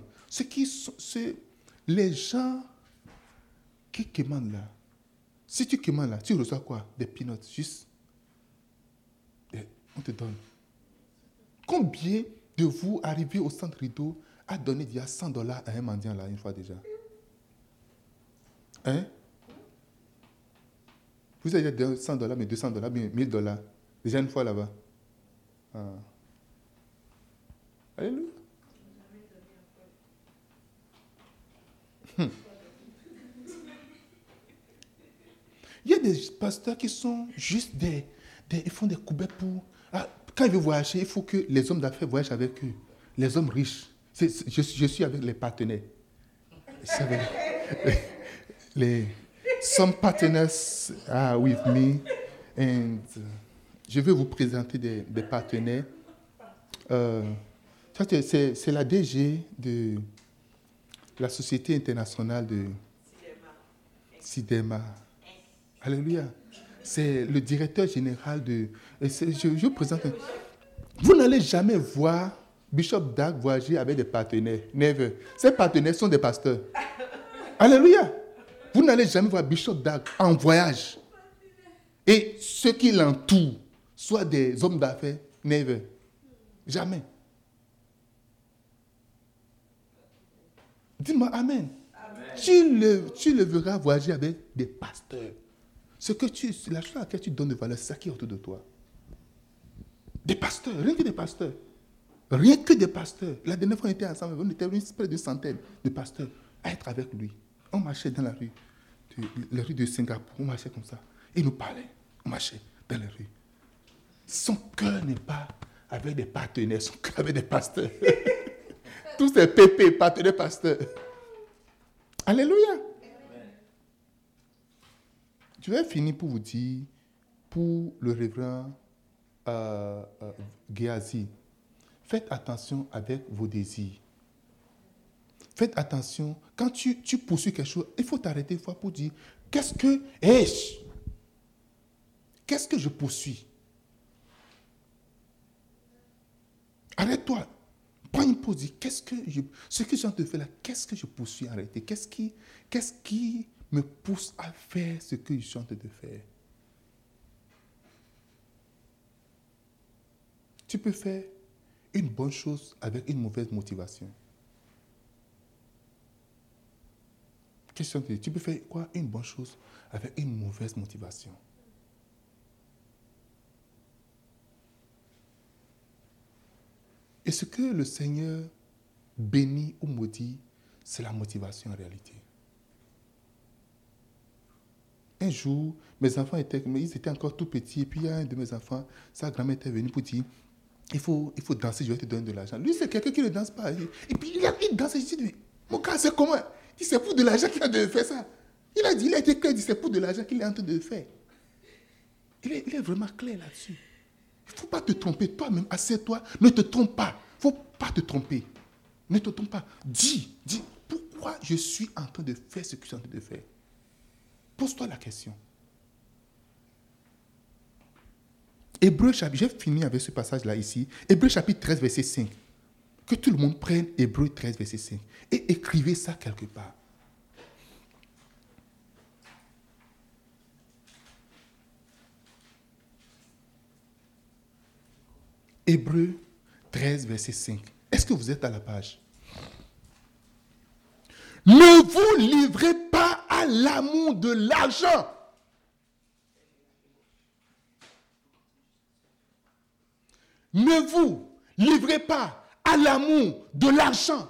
les gens qui quémandent là, si tu quémandes là, tu reçois quoi? Des peanuts, juste. Et on te donne. Combien de vous arrivez au centre rideau à donner déjà $100 à un mendiant là, une fois déjà? Hein? Vous avez déjà $100, mais $200, mais $1000. Déjà une fois là-bas. Ah. Alléluia. Il y a des pasteurs qui sont juste des Ils font des couverts pour... Ah, quand ils veulent voyager, il faut que les hommes d'affaires voyagent avec eux. Les hommes riches. Je suis avec les partenaires. Vous savez, some partners are with me. And, je vais vous présenter des partenaires. C'est la DG de la Société internationale de Sidema. Alléluia. C'est le directeur général de... Je vous présente... Vous n'allez jamais voir Bishop Dag voyager avec des partenaires. Never. Ces partenaires sont des pasteurs. Alléluia. Vous n'allez jamais voir Bishop Dag en voyage. Et ceux qui l'entourent, soit des hommes d'affaires. Never. Jamais. Dis-moi Amen. Amen. Tu le verras voyager avec des pasteurs. La chose à laquelle tu donnes de valeur, c'est ça qui est autour de toi. Des pasteurs, rien que des pasteurs. Rien que des pasteurs. La dernière fois, on était ensemble, on était près d'une centaine de pasteurs à être avec lui. On marchait dans la rue de Singapour, on marchait comme ça. Il nous parlait, on marchait dans la rue. Son cœur n'est pas avec des partenaires, son cœur avec des pasteurs. Tous ces pépés, partenaires, pasteurs. Alléluia. Je vais finir pour vous dire, pour le révérend Géasi, faites attention avec vos désirs. Faites attention, quand tu poursuis quelque chose, il faut t'arrêter une fois pour dire, qu'est-ce que je poursuis? Arrête-toi. Prends une pause, dis, ce que j'ai envie de faire là, qu'est-ce que je poursuis? Arrêtez. Qu'est-ce qui me pousse à faire ce que je suis en train de faire? Tu peux faire une bonne chose avec une mauvaise motivation. Question de, tu peux faire quoi? Une bonne chose avec une mauvaise motivation. Et ce que le Seigneur bénit ou maudit, c'est la motivation en réalité. Un jour, mes enfants ils étaient encore tout petits, et puis il y a un de mes enfants, sa grand-mère était venue pour dire, il faut danser, je vais te donner de l'argent. Lui, c'est quelqu'un qui ne danse pas. Et puis il danse, je dis, mon gars, c'est comment? Il dit, c'est pour de l'argent qu'il est en train de faire ça. Il a été clair, il dit, c'est pour de l'argent qu'il est en train de faire. Il est vraiment clair là-dessus. Il ne faut pas te tromper. Toi-même, assieds-toi, ne te trompe pas. Il ne faut pas te tromper. Ne te trompe pas. Dis, pourquoi je suis en train de faire ce que je suis en train de faire? Pose-toi la question. Hébreux chapitre, j'ai fini avec ce passage-là ici. Hébreux chapitre 13, verset 5. Que tout le monde prenne Hébreux 13, verset 5. Et écrivez ça quelque part. Hébreux 13, verset 5. Est-ce que vous êtes à la page? Ne vous livrez pas à l'amour de l'argent. Ne vous livrez pas à l'amour de l'argent.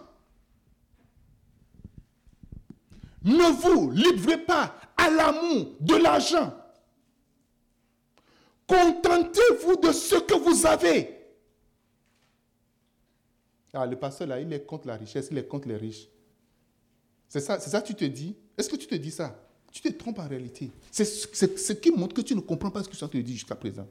Ne vous livrez pas à l'amour de l'argent. Contentez-vous de ce que vous avez. Ah, le pasteur là, il est contre la richesse, il est contre les riches. C'est ça que tu te dis? Est-ce que tu te dis ça? Tu te trompes en réalité. C'est ce qui montre que tu ne comprends pas ce que je suis en train de dire jusqu'à présent.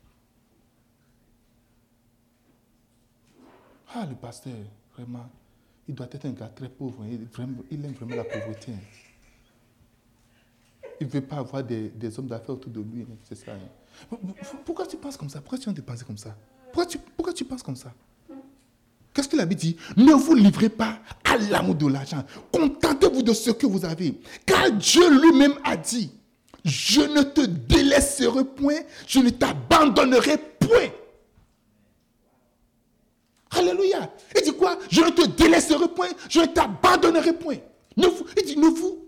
Ah, le pasteur, vraiment, il doit être un gars très pauvre. Il aime vraiment la pauvreté. Il ne veut pas avoir des hommes d'affaires autour de lui. C'est ça. Pourquoi tu penses comme ça? Pourquoi tu viens de penser comme ça? Pourquoi tu penses comme ça? Qu'est-ce que la Bible dit? Ne vous livrez pas à l'amour de l'argent. Contentez-vous de ce que vous avez. Car Dieu lui-même a dit, je ne te délaisserai point, je ne t'abandonnerai point. Alléluia. Il dit quoi? Je ne te délaisserai point, je ne t'abandonnerai point. Il dit,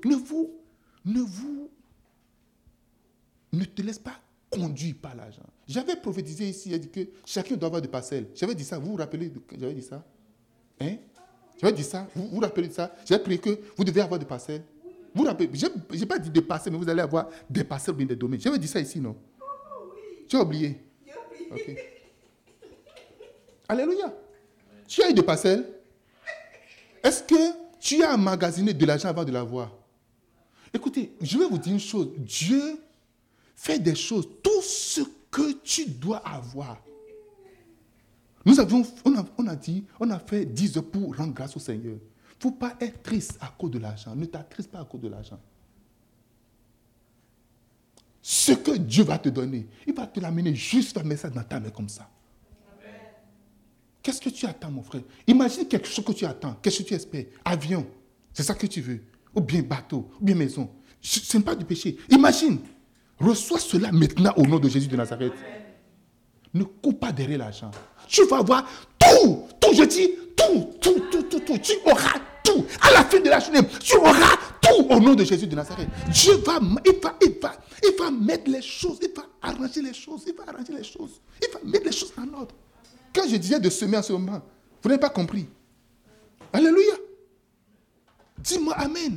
ne te laisse pas conduire par l'argent. J'avais prophétisé ici, il a dit que chacun doit avoir des parcelles. J'avais dit ça, vous vous rappelez que j'avais dit ça? Hein? J'avais dit ça, vous vous rappelez de ça? J'avais prié que vous devez avoir des parcelles. Vous vous rappelez? Je n'ai pas dit des parcelles, mais vous allez avoir des parcelles ou bien des domaines. J'avais dit ça ici, non? Tu as oublié? Ok. Alléluia. Tu as eu des parcelles? Est-ce que tu as emmagasiné de l'argent avant de l'avoir? Écoutez, je vais vous dire une chose. Dieu fait des choses, tout ce que tu dois avoir. On a fait 10 heures pour rendre grâce au Seigneur. Il ne faut pas être triste à cause de l'argent. Ne t'attriste pas à cause de l'argent. Ce que Dieu va te donner, il va te l'amener juste, mettre ça dans ta main comme ça. Qu'est-ce que tu attends, mon frère? Imagine quelque chose que tu attends, qu'est-ce que tu espères? Avion, c'est ça que tu veux. Ou bien bateau, ou bien maison. Ce n'est pas du péché. Imagine, reçois cela maintenant au nom de Jésus de Nazareth. Ne cours pas derrière l'argent. Tu vas avoir tout, je dis tout. Tu auras tout. À la fin de la journée, tu auras tout au nom de Jésus de Nazareth. Dieu il va mettre les choses, il va arranger les choses, il va mettre les choses en ordre. Quand je disais de semer en ce moment, vous n'avez pas compris. Alléluia. Dis-moi Amen.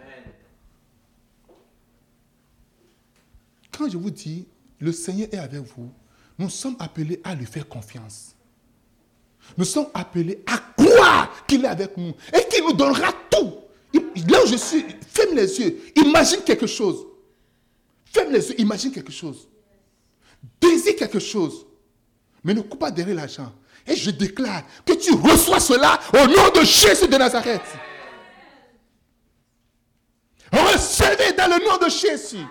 Quand je vous dis, le Seigneur est avec vous, nous sommes appelés à lui faire confiance. Nous sommes appelés à croire qu'il est avec nous et qu'il nous donnera tout. Là où je suis, ferme les yeux, imagine quelque chose. Ferme les yeux, imagine quelque chose. Désire quelque chose. Mais ne coupe pas derrière l'argent. Et je déclare que tu reçois cela au nom de Jésus de Nazareth. Recevez dans le nom de Jésus.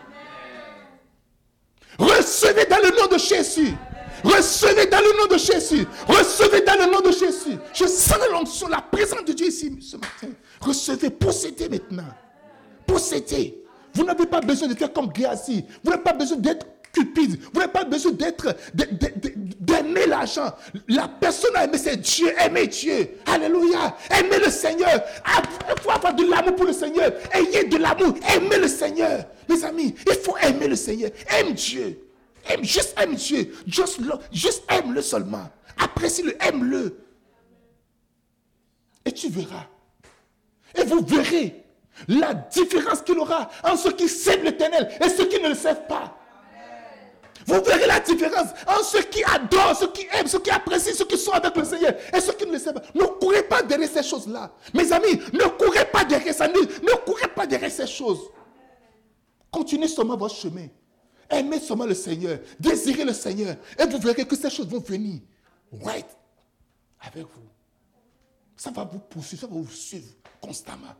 Recevez dans le nom de Jésus. Recevez dans le nom de Jésus. Recevez dans le nom de Jésus. Je sens l'onction, la présence de Dieu ici ce matin. Recevez, possédez maintenant. Possédez. Vous n'avez pas besoin de faire comme Géasi. Vous n'avez pas besoin d'être cupide. Vous n'avez pas besoin d'aimer l'argent. La personne à aimer, c'est Dieu. Aimez Dieu. Alléluia. Aimez le Seigneur. Il faut avoir de l'amour pour le Seigneur. Ayez de l'amour. Aimez le Seigneur. Mes amis, il faut aimer le Seigneur. Aime Dieu. Juste aime Dieu. Juste aime-le seulement. Apprécie-le. Aime-le. Et tu verras. Et vous verrez la différence qu'il aura entre ceux qui servent l'Éternel et ceux qui ne le servent pas. Vous verrez la différence entre ceux qui adorent, ceux qui aiment, ceux qui apprécient, ceux qui sont avec le Seigneur et ceux qui ne le servent pas. Ne courez pas derrière ces choses-là. Mes amis, ne courez pas derrière ça. Ne courez pas derrière ces choses. Continuez seulement votre chemin. Aimez seulement le Seigneur. Désirez le Seigneur. Et vous verrez que ces choses vont venir. Right. Avec vous. Ça va vous poursuivre, ça va vous suivre constamment.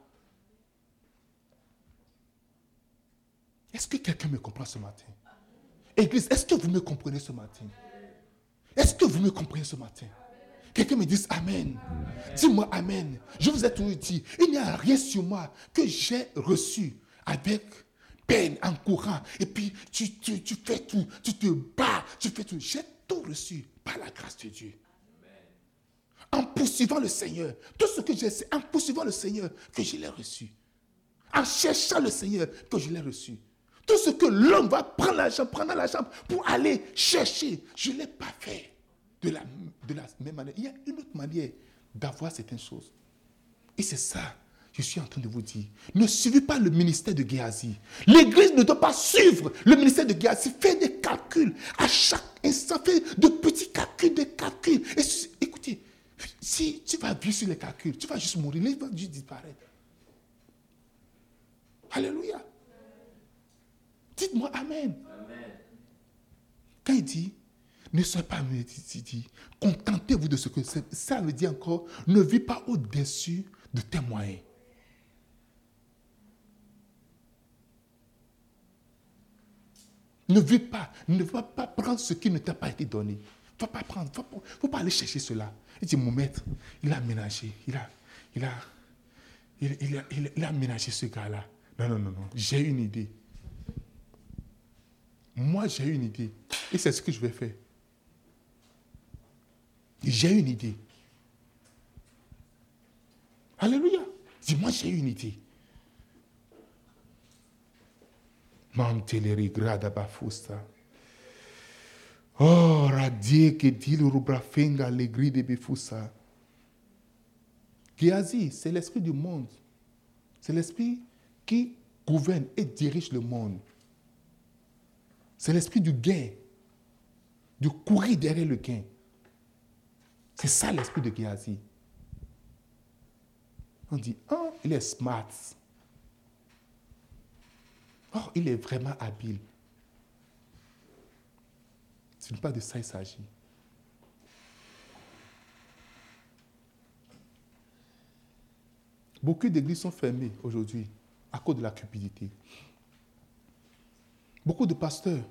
Est-ce que quelqu'un me comprend ce matin? Église, est-ce que vous me comprenez ce matin? Est-ce que vous me comprenez ce matin? Quelqu'un me dise Amen. Dis-moi Amen. Je vous ai toujours dit, il n'y a rien sur moi que j'ai reçu avec peine, en courant. Et puis, tu fais tout. Tu te bats. Tu fais tout. J'ai tout reçu par la grâce de Dieu. En poursuivant le Seigneur. Tout ce que j'ai, c'est en poursuivant le Seigneur que je l'ai reçu. En cherchant le Seigneur que je l'ai reçu. Tout ce que l'homme va prendre l'argent pour aller chercher, je ne l'ai pas fait de la même manière. Il y a une autre manière d'avoir certaines choses. Et c'est ça, je suis en train de vous dire. Ne suivez pas le ministère de Géasi. L'Église ne doit pas suivre le ministère de Géasi. Faites des calculs. À chaque instant, faites de petits calculs, des calculs. Et écoutez, si tu vas vivre sur les calculs, tu vas juste mourir. Il va juste disparaître. Alléluia. Dites-moi Amen. Amen. Quand il dit, ne soyez pas dit, contentez-vous de ce que c'est. Ça veut dire encore, ne vis pas au-dessus de tes moyens. Ne va pas prendre ce qui ne t'a pas été donné. Ne va pas prendre, faut pas aller chercher cela. Il dit, mon maître, il a aménagé, il a aménagé ce gars-là. Non, j'ai une idée. Moi, j'ai une idée. Et c'est ce que je vais faire. J'ai une idée. Alléluia. Dis, moi, j'ai une idée. Manteleri grada bafusta. Oh, radie que dit le rubrafenga allegri de befusa. Géasi, c'est l'esprit du monde. C'est l'esprit qui gouverne et dirige le monde. C'est l'esprit du gain. de courir derrière le gain. C'est ça l'esprit de Géasi. On dit, oh, il est smart. Oh, il est vraiment habile. Ce n'est pas de ça il s'agit. Beaucoup d'églises sont fermées aujourd'hui à cause de la cupidité. Beaucoup de pasteurs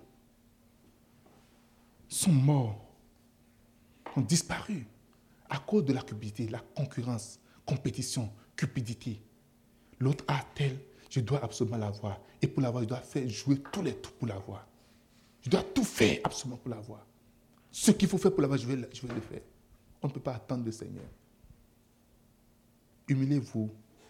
sont morts, ont disparu à cause de la cupidité, la concurrence, compétition, cupidité. L'autre a tel, je dois absolument l'avoir. Et pour l'avoir, je dois faire jouer tous les trucs pour l'avoir. Je dois tout faire absolument pour l'avoir. Ce qu'il faut faire pour l'avoir, je vais le faire. On ne peut pas attendre le Seigneur. Humiliez-vous.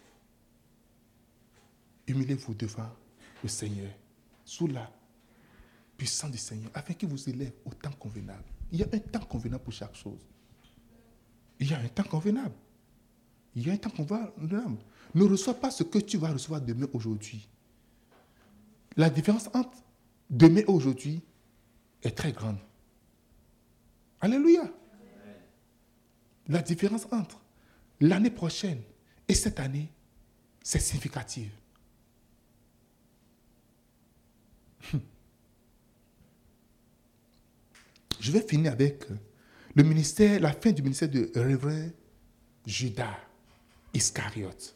Humiliez-vous devant le Seigneur, sous la puissance du Seigneur, afin qu'il vous élève au temps convenable. Il y a un temps convenable pour chaque chose. Il y a un temps convenable. Il y a un temps convenable. Ne reçois pas ce que tu vas recevoir demain, aujourd'hui. La différence entre demain et aujourd'hui est très grande. Alléluia. La différence entre l'année prochaine et cette année, c'est significatif. Je vais finir avec le ministère, la fin du ministère de Révérend Judas Iscariote.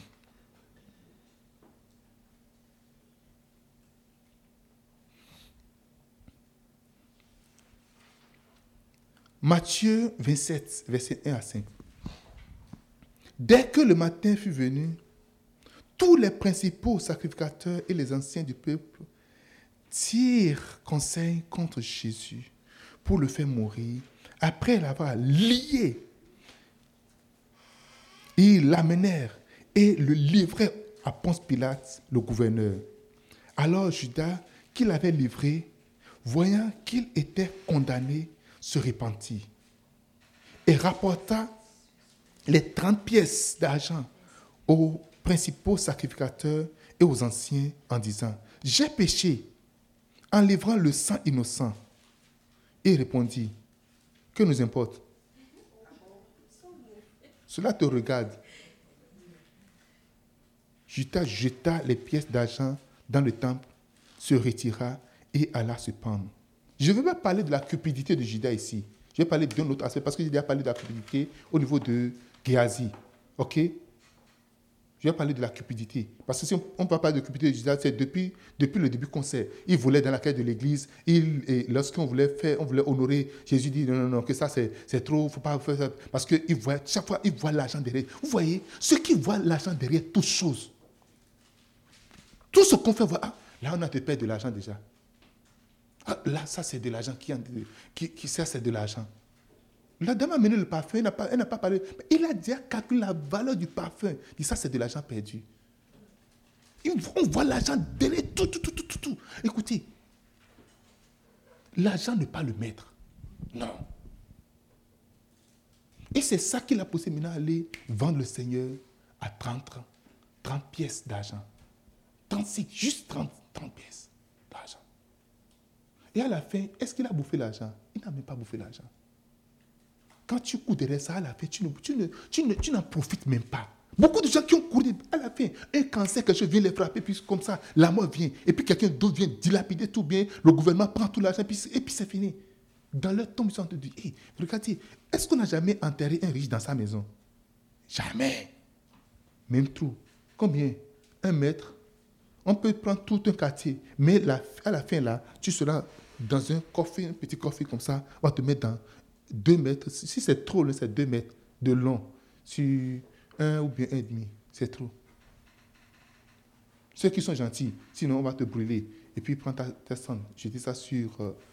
Matthieu 27, verset 1 à 5. Dès que le matin fut venu, tous les principaux sacrificateurs et les anciens du peuple tirent conseil contre Jésus pour le faire mourir. Après l'avoir lié, ils l'amenèrent et le livrèrent à Ponce Pilate, le gouverneur. Alors Judas, qui l'avait livré, voyant qu'il était condamné, se repentit et rapporta les 30 pièces d'argent aux principaux sacrificateurs et aux anciens en disant, « J'ai péché en livrant le sang innocent. » Et il répondit, « Que nous importe? Cela te regarde. » Judas jeta les pièces d'argent dans le temple, se retira et alla se pendre. Je ne veux pas parler de la cupidité de Judas ici. Je vais parler d'un autre aspect parce que j'ai déjà parlé de la cupidité au niveau de Géasi. OK? Je vais parler de la cupidité. Parce que si on ne parle pas de cupidité de Judas, c'est depuis le début qu'on sait. Il volait dans la caisse de l'église. Lorsqu'on voulait honorer, Jésus dit non, que ça c'est trop, il ne faut pas faire ça. Parce que chaque fois, il voit l'argent derrière. Vous voyez, ceux qui voient l'argent derrière toutes choses, tout ce qu'on fait, là on a te perdre de l'argent déjà. Ah, là, ça c'est de l'argent ça c'est de l'argent. La dame a mené le parfum, elle n'a pas parlé. Mais il a déjà calculé la valeur du parfum. Il dit ça c'est de l'argent perdu. On voit l'argent derrière tout. Écoutez, l'argent n'est pas le maître. Non. Et c'est ça qu'il a poussé maintenant à aller vendre le Seigneur à 30 pièces d'argent. 36, juste 30 pièces d'argent. Et à la fin, est-ce qu'il a bouffé l'argent? Il n'a même pas bouffé l'argent. Quand tu cours derrière ça, à la fin, tu n'en profites même pas. Beaucoup de gens qui ont couru, à la fin, un cancer, quelque chose vient les frapper, puis comme ça, la mort vient. Et puis quelqu'un d'autre vient dilapider tout bien, le gouvernement prend tout l'argent, et puis c'est fini. Dans leur tombe, ils sont en train de dire, hey, regardez, est-ce qu'on n'a jamais enterré un riche dans sa maison? Jamais. Même tout. Combien? 1 mètre. On peut prendre tout un quartier, mais à la fin, là, tu seras dans un petit coffre comme ça, on va te mettre dans 2 mètres. Si c'est trop long, c'est 2 mètres de long. Sur 1 ou bien 1,5, c'est trop. Ceux qui sont gentils, sinon on va te brûler. Et puis prends ta cendre. Je dis ça sur...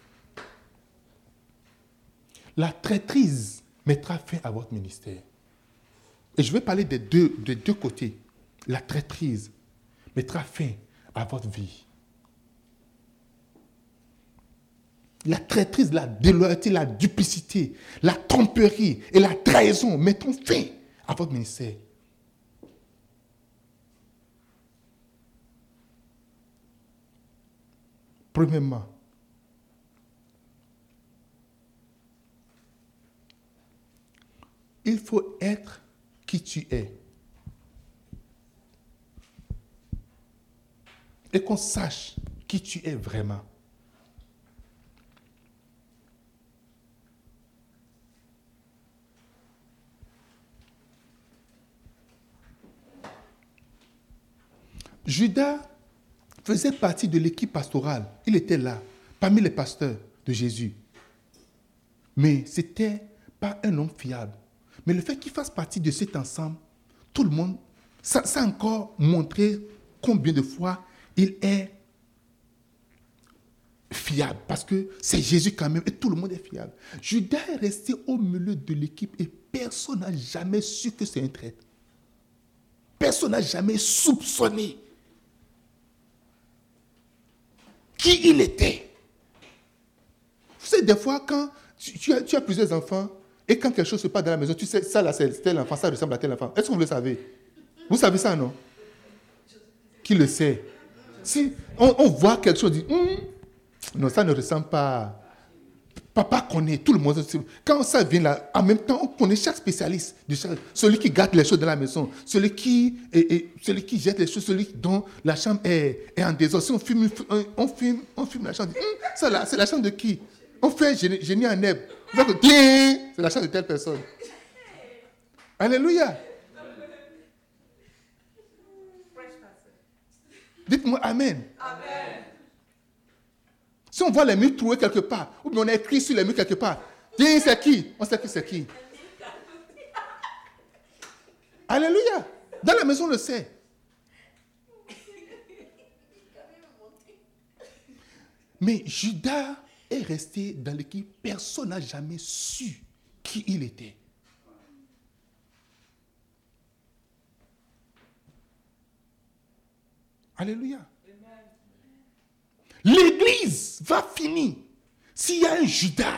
La traîtrise mettra fin à votre ministère. Et je vais parler des deux côtés. La traîtrise mettra fin à votre vie. La traîtrise, la déloyauté, la duplicité, la tromperie et la trahison mettront fin à votre ministère. Premièrement, il faut être qui tu es. Et qu'on sache qui tu es vraiment. Judas faisait partie de l'équipe pastorale. Il était là, parmi les pasteurs de Jésus. Mais ce n'était pas un homme fiable. Mais le fait qu'il fasse partie de cet ensemble, tout le monde, ça a encore montré combien de fois il est fiable. Parce que c'est Jésus quand même et tout le monde est fiable. Judas est resté au milieu de l'équipe et personne n'a jamais su que c'est un traître. Personne n'a jamais soupçonné qui il était. Vous savez, des fois, quand tu as plusieurs enfants et quand quelque chose se passe dans la maison, tu sais, ça là, c'est tel enfant, ça ressemble à tel enfant. Est-ce que vous le savez? Vous savez ça, non? Qui le sait? Si on voit quelque chose, on dit, non, ça ne ressemble pas. Papa connaît, tout le monde. Quand ça vient là, en même temps, on connaît chaque spécialiste. Celui qui gâte les choses de la maison, celui qui jette les choses, celui dont la chambre est en désordre. Si on filme la chambre, ça là, c'est la chambre de qui? On fait un génie en herbe. C'est la chambre de telle personne. Alléluia. Dites-moi Amen. Amen. Si on voit les murs troués quelque part, ou bien on a écrit sur les murs quelque part, c'est qui? On sait qui c'est qui. Alléluia. Dans la maison, on le sait. Mais Judas est resté dans l'équipe. Personne n'a jamais su qui il était. Alléluia. L'église va finir s'il y a un Judas.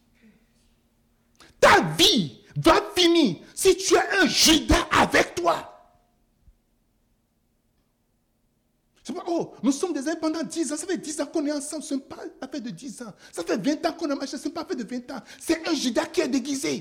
Ta vie va finir si tu as un Judas avec toi. C'est pas, nous sommes des amis pendant 10 ans. Ça fait 10 ans qu'on est ensemble. Ce n'est pas affaire de 10 ans. Ça fait 20 ans qu'on a marché. Ce n'est pas affaire de 20 ans. C'est un Judas qui est déguisé.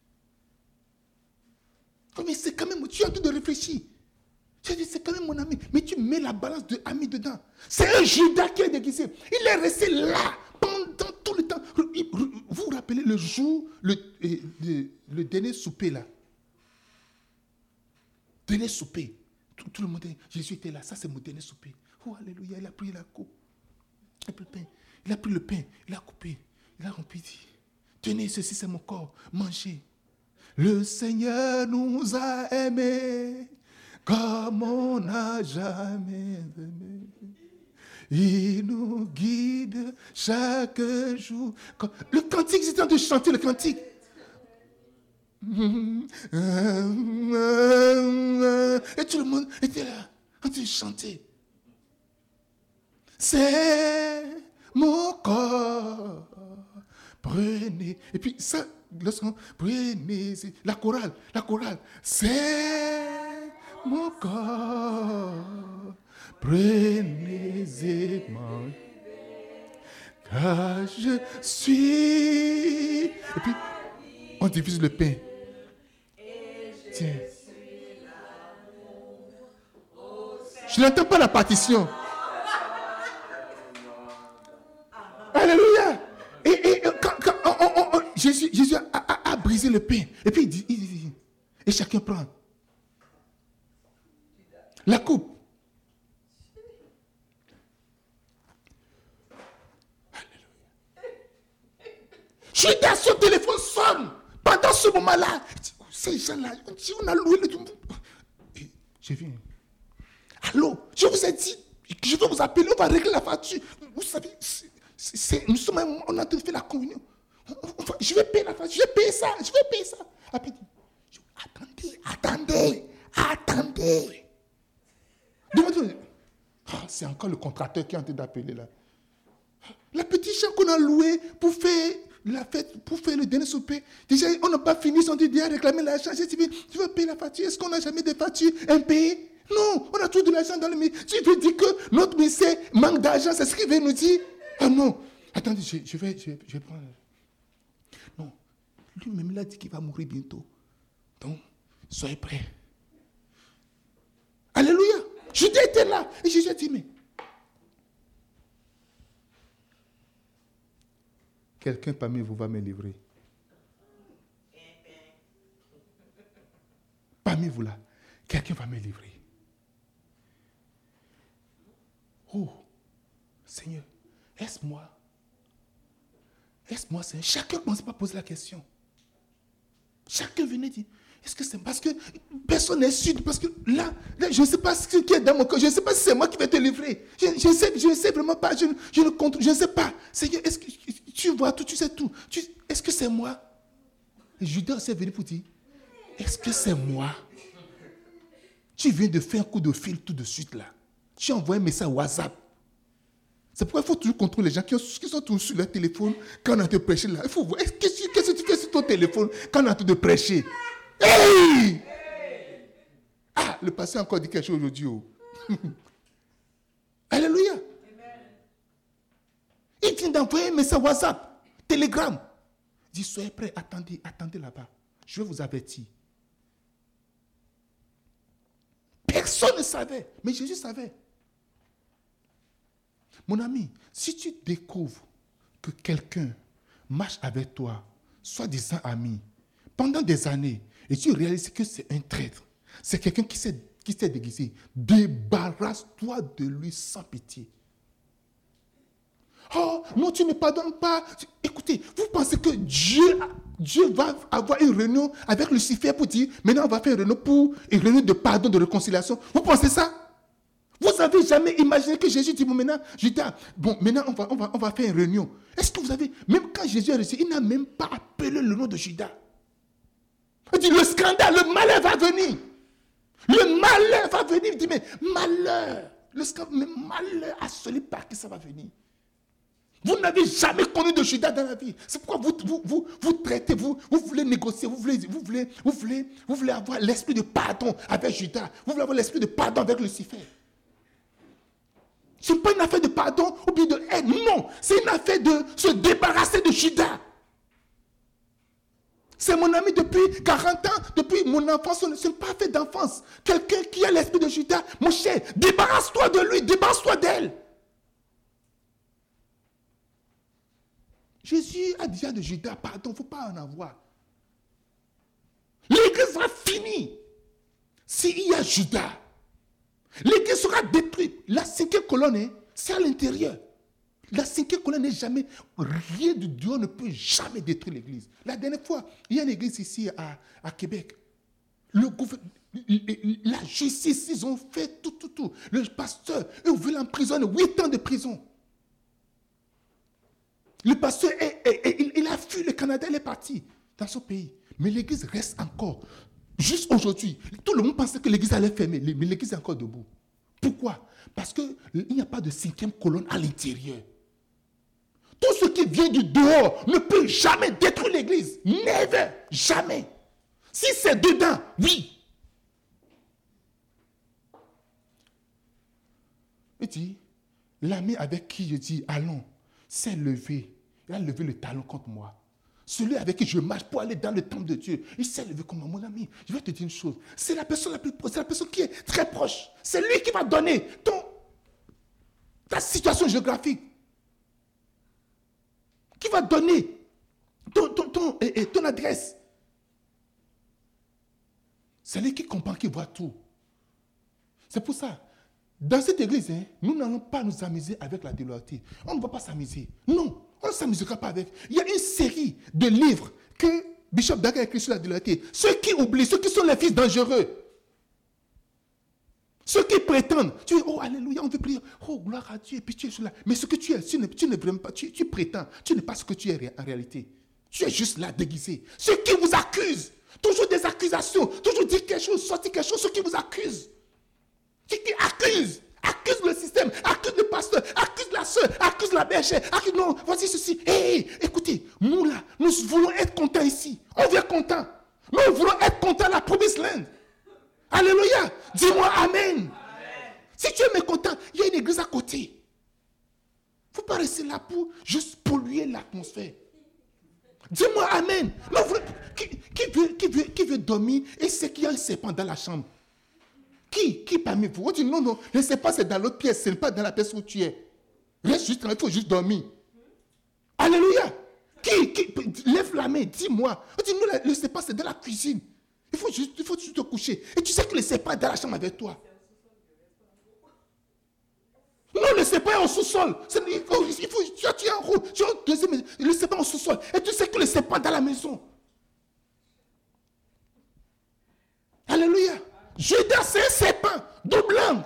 Mais c'est quand même, tu as tout de réfléchir. Je dis, c'est quand même mon ami. Mais tu mets la balance de ami dedans. C'est un Judas qui est déguisé. Il est resté là pendant tout le temps. Vous vous rappelez le jour, le dernier souper là. Dernier souper. Tout le monde dit, Jésus était là. Ça, c'est mon dernier souper. Oh, alléluia. Il a pris la coupe. Il a pris le pain. Il a coupé. Il a rempli. Dit, tenez, ceci, c'est mon corps. Mangez. Le Seigneur nous a aimés. Comme on n'a jamais aimé, il nous guide chaque jour. Le cantique, c'est en train de chanter le cantique. Et tout le monde était là, en train de chanter. C'est mon corps. Prenez. Et puis ça, prenez. La chorale. C'est mon corps, prenez et mangez, car je suis. Et puis, on divise le pain. Tiens. Je n'entends pas la partition. Alléluia. Et quand Jésus a brisé le pain. Et puis, il dit, et chacun prend. La coupe. Alléluia. Judas, son téléphone sonne. Pendant ce moment-là, ces gens-là, on a loué le Dieu. Je viens. Allô, je vous ai dit, je vais vous appeler, on va régler la facture. Vous savez, nous sommes, on a fait la communion. Je vais payer la facture, je vais payer ça. Après, attendez. C'est encore le contracteur qui est en train d'appeler là. La petite chambre qu'on a louée pour faire la fête, pour faire le dernier souper. Déjà, on n'a pas fini, on dit déjà réclamer l'argent. Je dis, tu veux payer la facture? Est-ce qu'on n'a jamais de facture impayée? Non, on a tout de l'argent dans le ministère. Tu veux dire que notre ministère manque d'argent, c'est ce qu'il veut nous dire? Ah non, attendez, je vais prendre. Non, lui-même il a dit qu'il va mourir bientôt. Donc, soyez prêts. Alléluia. Judas était là. Et Jésus a dit, mais quelqu'un parmi vous va me livrer. Parmi vous là, quelqu'un va me livrer. Oh, Seigneur, est-ce moi? Est-ce moi, Seigneur? Chacun ne commence pas à poser la question. Chacun venait dire, est-ce que c'est parce que personne n'est sûr, parce que là, je ne sais pas ce qui est dans mon cœur, je ne sais pas si c'est moi qui vais te livrer. Je ne sais vraiment pas, je ne sais pas. Seigneur, est-ce que tu vois tout, tu sais tout? Est-ce que c'est moi? Et Judas est venu pour dire, est-ce que c'est moi? Tu viens de faire un coup de fil tout de suite là. Tu envoies un message WhatsApp. C'est pourquoi il faut toujours contrôler les gens qui sont toujours sur leur téléphone quand on a te prêcher là. Il faut voir, qu'est-ce que tu fais sur ton téléphone quand on a te prêcher? Hey! Ah, le pasteur a encore dit quelque chose aujourd'hui. Oh. Alléluia. Il vient d'envoyer un message WhatsApp, Telegram. Il dit, soyez prêts, attendez là-bas. Je vais vous avertir. Personne ne savait, mais Jésus savait. Mon ami, si tu découvres que quelqu'un marche avec toi, soi-disant ami, pendant des années, et tu réalises que c'est un traître, c'est quelqu'un qui s'est déguisé, débarrasse-toi de lui sans pitié. Oh, non, tu ne pardonnes pas. Écoutez, vous pensez que Dieu va avoir une réunion avec Lucifer pour dire, maintenant on va faire une réunion de pardon, de réconciliation. Vous pensez ça? Vous n'avez jamais imaginé que Jésus dit, bon, maintenant, Judas, bon, maintenant on va faire une réunion. Est-ce que vous avez, même quand Jésus est ressuscité, il n'a même pas appelé le nom de Judas. Il dit, le scandale, le malheur va venir. Le malheur va venir. Il dit, mais malheur, le scandale, mais malheur à celui par qui ça va venir. Vous n'avez jamais connu de Judas dans la vie. C'est pourquoi vous traitez, vous voulez négocier, vous voulez avoir l'esprit de pardon avec Judas. Vous voulez avoir l'esprit de pardon avec Lucifer. Ce n'est pas une affaire de pardon ou bien de haine. Non, c'est une affaire de se débarrasser de Judas. C'est mon ami depuis 40 ans, depuis mon enfance. Ce n'est pas fait d'enfance. Quelqu'un qui a l'esprit de Judas, mon cher, débarrasse-toi de lui, débarrasse-toi d'elle. Jésus a déjà de Judas, pardon, il ne faut pas en avoir. L'église va finir s'il y a Judas. L'église sera détruite. La 5e colonne, c'est à l'intérieur. La 5e colonne n'est jamais, rien de Dieu ne peut jamais détruire l'église. La dernière fois, il y a une église ici à Québec. La justice, ils ont fait tout. Le pasteur, ils veulent l'emprisonner, 8 ans de prison. Le pasteur, il a fui le Canada, il est parti dans son pays. Mais l'église reste encore. Juste aujourd'hui, tout le monde pensait que l'église allait fermer, mais l'église est encore debout. Pourquoi? Parce qu'il n'y a pas de 5e colonne à l'intérieur. Tout ce qui vient du dehors ne peut jamais détruire l'église. Never, jamais. Si c'est dedans, oui. Il dit, l'ami avec qui je dis, allons, s'est levé. Il a levé le talon contre moi. Celui avec qui je marche pour aller dans le temple de Dieu, il s'est levé contre moi. Mon ami, je vais te dire une chose. C'est la personne la plus proche, c'est la personne qui est très proche. C'est lui qui va donner ta situation géographique. Qui va donner ton adresse. C'est lui qui comprend, qui voit tout. C'est pour ça. Dans cette église, nous n'allons pas nous amuser avec la déloyauté. On ne va pas s'amuser. Non, on ne s'amusera pas avec. Il y a une série de livres que Bishop Dag a écrit sur la déloyauté. Ceux qui oublient, ceux qui sont les fils dangereux. Ceux qui prétendent, tu dis, oh alléluia, on veut prier, oh gloire à Dieu, et puis tu es là. Mais ce que tu es, tu ne vraiment pas, tu prétends, tu n'es pas ce que tu es en réalité. Tu es juste là déguisé. Ceux qui vous accusent, toujours des accusations, toujours dire quelque chose, sortir quelque chose, ceux qui vous accusent. Qui accuse le système, accuse le pasteur, accuse la soeur, accuse la bergère, accuse, non, voici ceci. Hey, écoutez, nous là, nous voulons être contents ici. On vient content. Nous voulons être contents à la promised land. Alléluia. Dis-moi amen. Amen. Si tu es mécontent, il y a une église à côté. Il ne faut pas rester là pour juste polluer l'atmosphère. Dis-moi amen. Non, qui qui veut dormir et sait qu'il y a un serpent dans la chambre? Qui parmi vous? On dit non, non, le serpent c'est dans l'autre pièce, ce n'est pas dans la pièce où tu es. Reste juste, il faut juste dormir. Alléluia. Qui lève la main, dis-moi. On dit non, le serpent c'est dans la cuisine. Il faut juste te coucher. Et tu sais que le serpent est dans la chambre avec toi. Non, le serpent est au sous-sol. Tu es en haut, tu es au deuxième, le serpent est au sous-sol. Et tu sais que le serpent est dans la maison. Alléluia. Judas, c'est un serpent, double langue.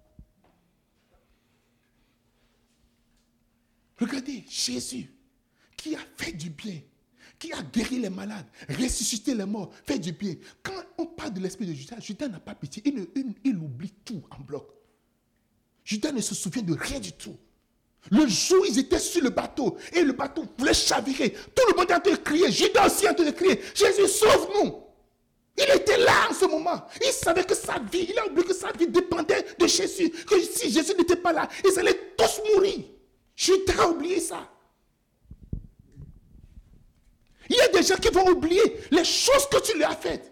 Regardez, Jésus, qui a fait du bien, qui a guéri les malades, ressuscité les morts, fait du bien. Quand on parle de l'esprit de Judas, Judas n'a pas pitié. Il oublie tout en bloc. Judas ne se souvient de rien du tout. Le jour où ils étaient sur le bateau, et le bateau voulait chavirer, tout le monde est en train de crier, Judas aussi en train de crier, Jésus, sauve-nous. Il était là en ce moment. Il savait que sa vie, il a oublié que sa vie dépendait de Jésus. Que si Jésus n'était pas là, ils allaient tous mourir. Judas a oublié ça. Il y a des gens qui vont oublier les choses que tu leur as faites.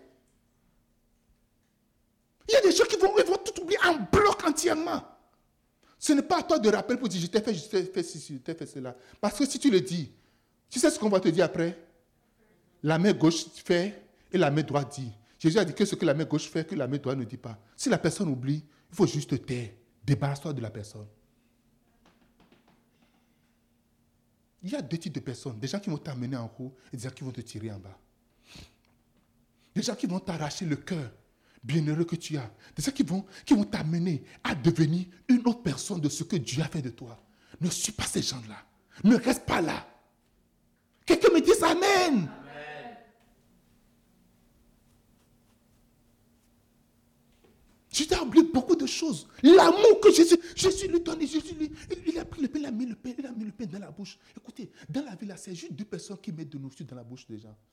Il y a des gens qui vont tout oublier en bloc entièrement. Ce n'est pas à toi de rappeler pour dire je t'ai fait ceci, je t'ai fait cela. Parce que si tu le dis, tu sais ce qu'on va te dire après? La main gauche fait et la main droite dit. Jésus a dit que ce que la main gauche fait, que la main droite ne dit pas. Si la personne oublie, il faut juste te taire. Débarrasse-toi de la personne. Il y a deux types de personnes. Des gens qui vont t'amener en haut et des gens qui vont te tirer en bas. Des gens qui vont t'arracher le cœur bienheureux que tu as. Des gens qui vont t'amener à devenir une autre personne de ce que Dieu a fait de toi. Ne suis pas ces gens-là. Ne reste pas là. Quelqu'un me dise Amen. Jésus a oublié beaucoup de choses. L'amour que Jésus lui donne, il a pris le pain, il a mis le pain dans la bouche. Écoutez, dans la vie là, c'est juste deux personnes qui mettent de nourriture dans la bouche des gens.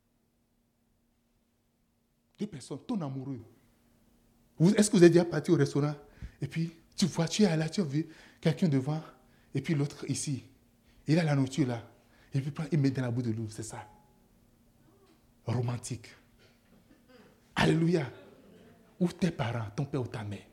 Deux personnes, ton amoureux. Est-ce que vous êtes déjà parti au restaurant et puis tu es là, tu as vu quelqu'un devant et puis l'autre ici. Il a la nourriture là. Et puis il met dans la bouche de l'autre, c'est ça. Romantique. Alléluia. Ou tes parents, ton père ou ta mère,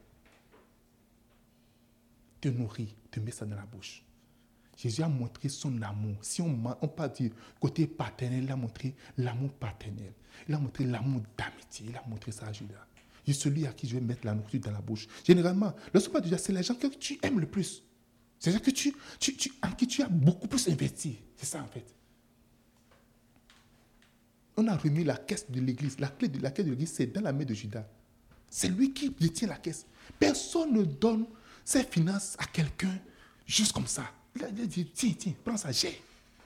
te nourrit, te met ça dans la bouche. Jésus a montré son amour. Si on parle du côté paternel, il a montré l'amour paternel. Il a montré l'amour d'amitié. Il a montré ça à Judas. Je suis celui à qui je vais mettre la nourriture dans la bouche. Généralement, lorsqu'on parle de Judas, c'est les gens que tu aimes le plus. C'est les gens en qui tu as beaucoup plus investi. C'est ça en fait. On a remis la caisse de l'église. La clé de la caisse de l'église, c'est dans la main de Judas. C'est lui qui détient la caisse. Personne ne donne ses finances à quelqu'un juste comme ça. Il a dit, tiens, prends ça, j'ai.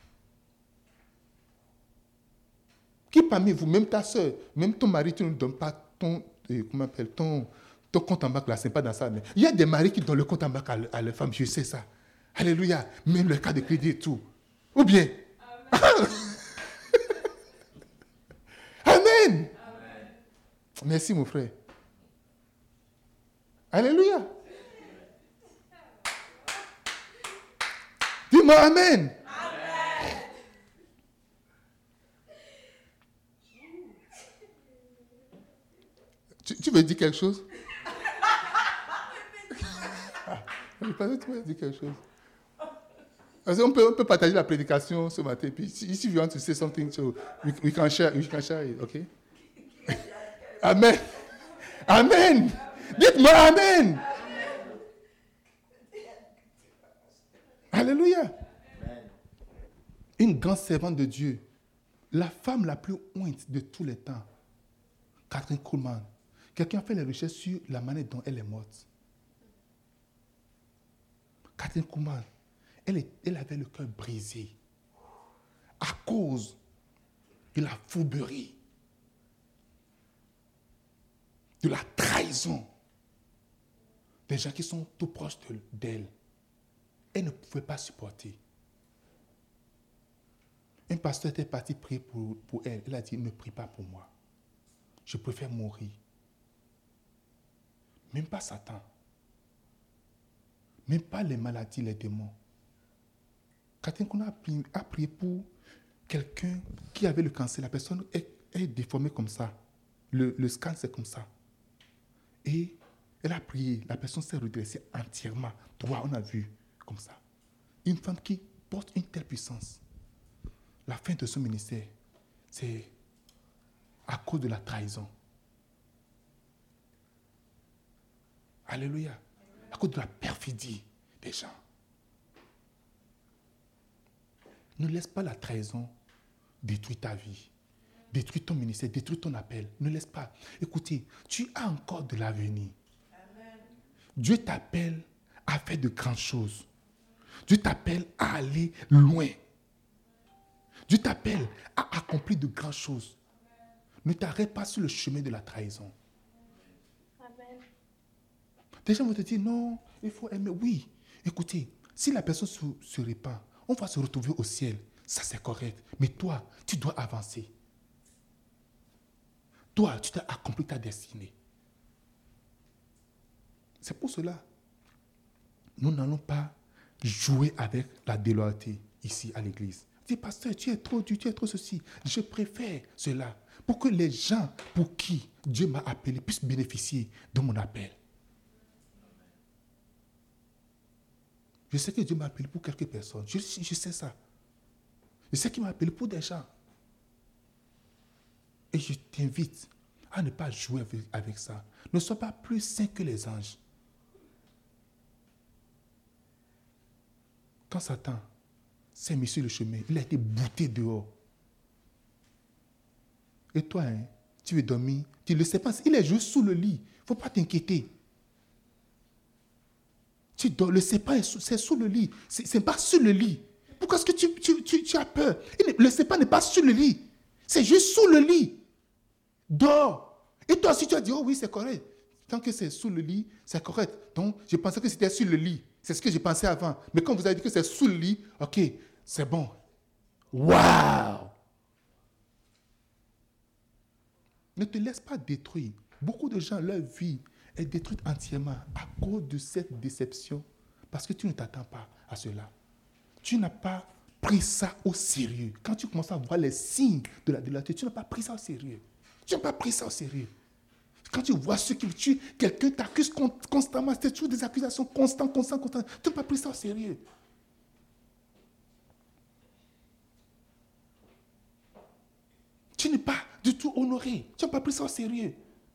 Qui parmi vous, même ta soeur, même ton mari, tu ne donnes pas ton compte en banque là, c'est pas dans ça. Mais il y a des maris qui donnent le compte en banque à leur femme, je sais ça. Alléluia. Même le cas de crédit et tout. Ou bien. Amen. Merci mon frère. Alléluia. Dis-moi Amen. Amen. Tu veux dire quelque chose? Tu veux dire quelque chose? Parce qu'on peut partager la prédication ce matin. Puis if you want to say something, so we can share it, okay? Amen. Amen. Dites-moi Amen. Alléluia. Une grande servante de Dieu, la femme la plus ointe de tous les temps, Catherine Kuhlman. Quelqu'un a fait les recherches sur la manière dont elle est morte. Catherine Kuhlman, elle avait le cœur brisé à cause de la fourberie, de la trahison des gens qui sont tout proches d'elle. Elle ne pouvait pas supporter. Un pasteur était parti prier pour elle. Elle a dit, ne prie pas pour moi. Je préfère mourir. Même pas Satan. Même pas les maladies, les démons. Catherine qu'on a prié pour quelqu'un qui avait le cancer. La personne est déformée comme ça. Le scan, c'est comme ça. Et elle a prié. La personne s'est redressée entièrement. Droit, on a vu comme ça. Une femme qui porte une telle puissance. La fin de son ministère, c'est à cause de la trahison. Alléluia. À cause de la perfidie des gens. Ne laisse pas la trahison détruire ta vie, détruire ton ministère, détruire ton appel. Ne laisse pas. Écoutez, tu as encore de l'avenir. Dieu t'appelle à faire de grandes choses. Dieu t'appelle à aller loin. Dieu t'appelle à accomplir de grandes choses. Ne t'arrête pas sur le chemin de la trahison. Amen. Des gens vont te dire, non, il faut aimer. Oui, écoutez, si la personne se répand, on va se retrouver au ciel. Ça, c'est correct. Mais toi, tu dois avancer. Toi, tu dois accomplir ta destinée. C'est pour cela, nous n'allons pas jouer avec la déloyauté ici à l'église. Dis, pasteur, tu es trop dur, tu es trop ceci. Je préfère cela pour que les gens pour qui Dieu m'a appelé puissent bénéficier de mon appel. Je sais que Dieu m'a appelé pour quelques personnes. Je sais ça. Je sais qu'il m'a appelé pour des gens. Et je t'invite à ne pas jouer avec ça. Ne sois pas plus saint que les anges. Quand Satan s'est mis sur le chemin, il a été bouté dehors. Et toi, tu veux dormir, tu ne le sais pas, il est juste sous le lit. Il ne faut pas t'inquiéter. Tu dors, le sépa, c'est sous le lit. C'est pas sur le lit. Pourquoi est-ce que tu as peur? Le sépa n'est pas sur le lit. C'est juste sous le lit. Dors. Et toi aussi, tu as dit, oh oui, c'est correct. Tant que c'est sous le lit, c'est correct. Donc, je pensais que c'était sur le lit. C'est ce que j'ai pensé avant. Mais quand vous avez dit que c'est sous le lit, ok, c'est bon. Waouh! Ne te laisse pas détruire. Beaucoup de gens, leur vie est détruite entièrement à cause de cette déception. Parce que tu ne t'attends pas à cela. Tu n'as pas pris ça au sérieux. Quand tu commences à voir les signes de la déloyauté, tu n'as pas pris ça au sérieux. Tu n'as pas pris ça au sérieux. Quand tu vois ceux qui tuent, quelqu'un t'accuse constamment, c'est toujours des accusations constantes. Tu n'as pas pris ça au sérieux. Tu n'es pas du tout honoré. Tu n'as pas pris ça au sérieux.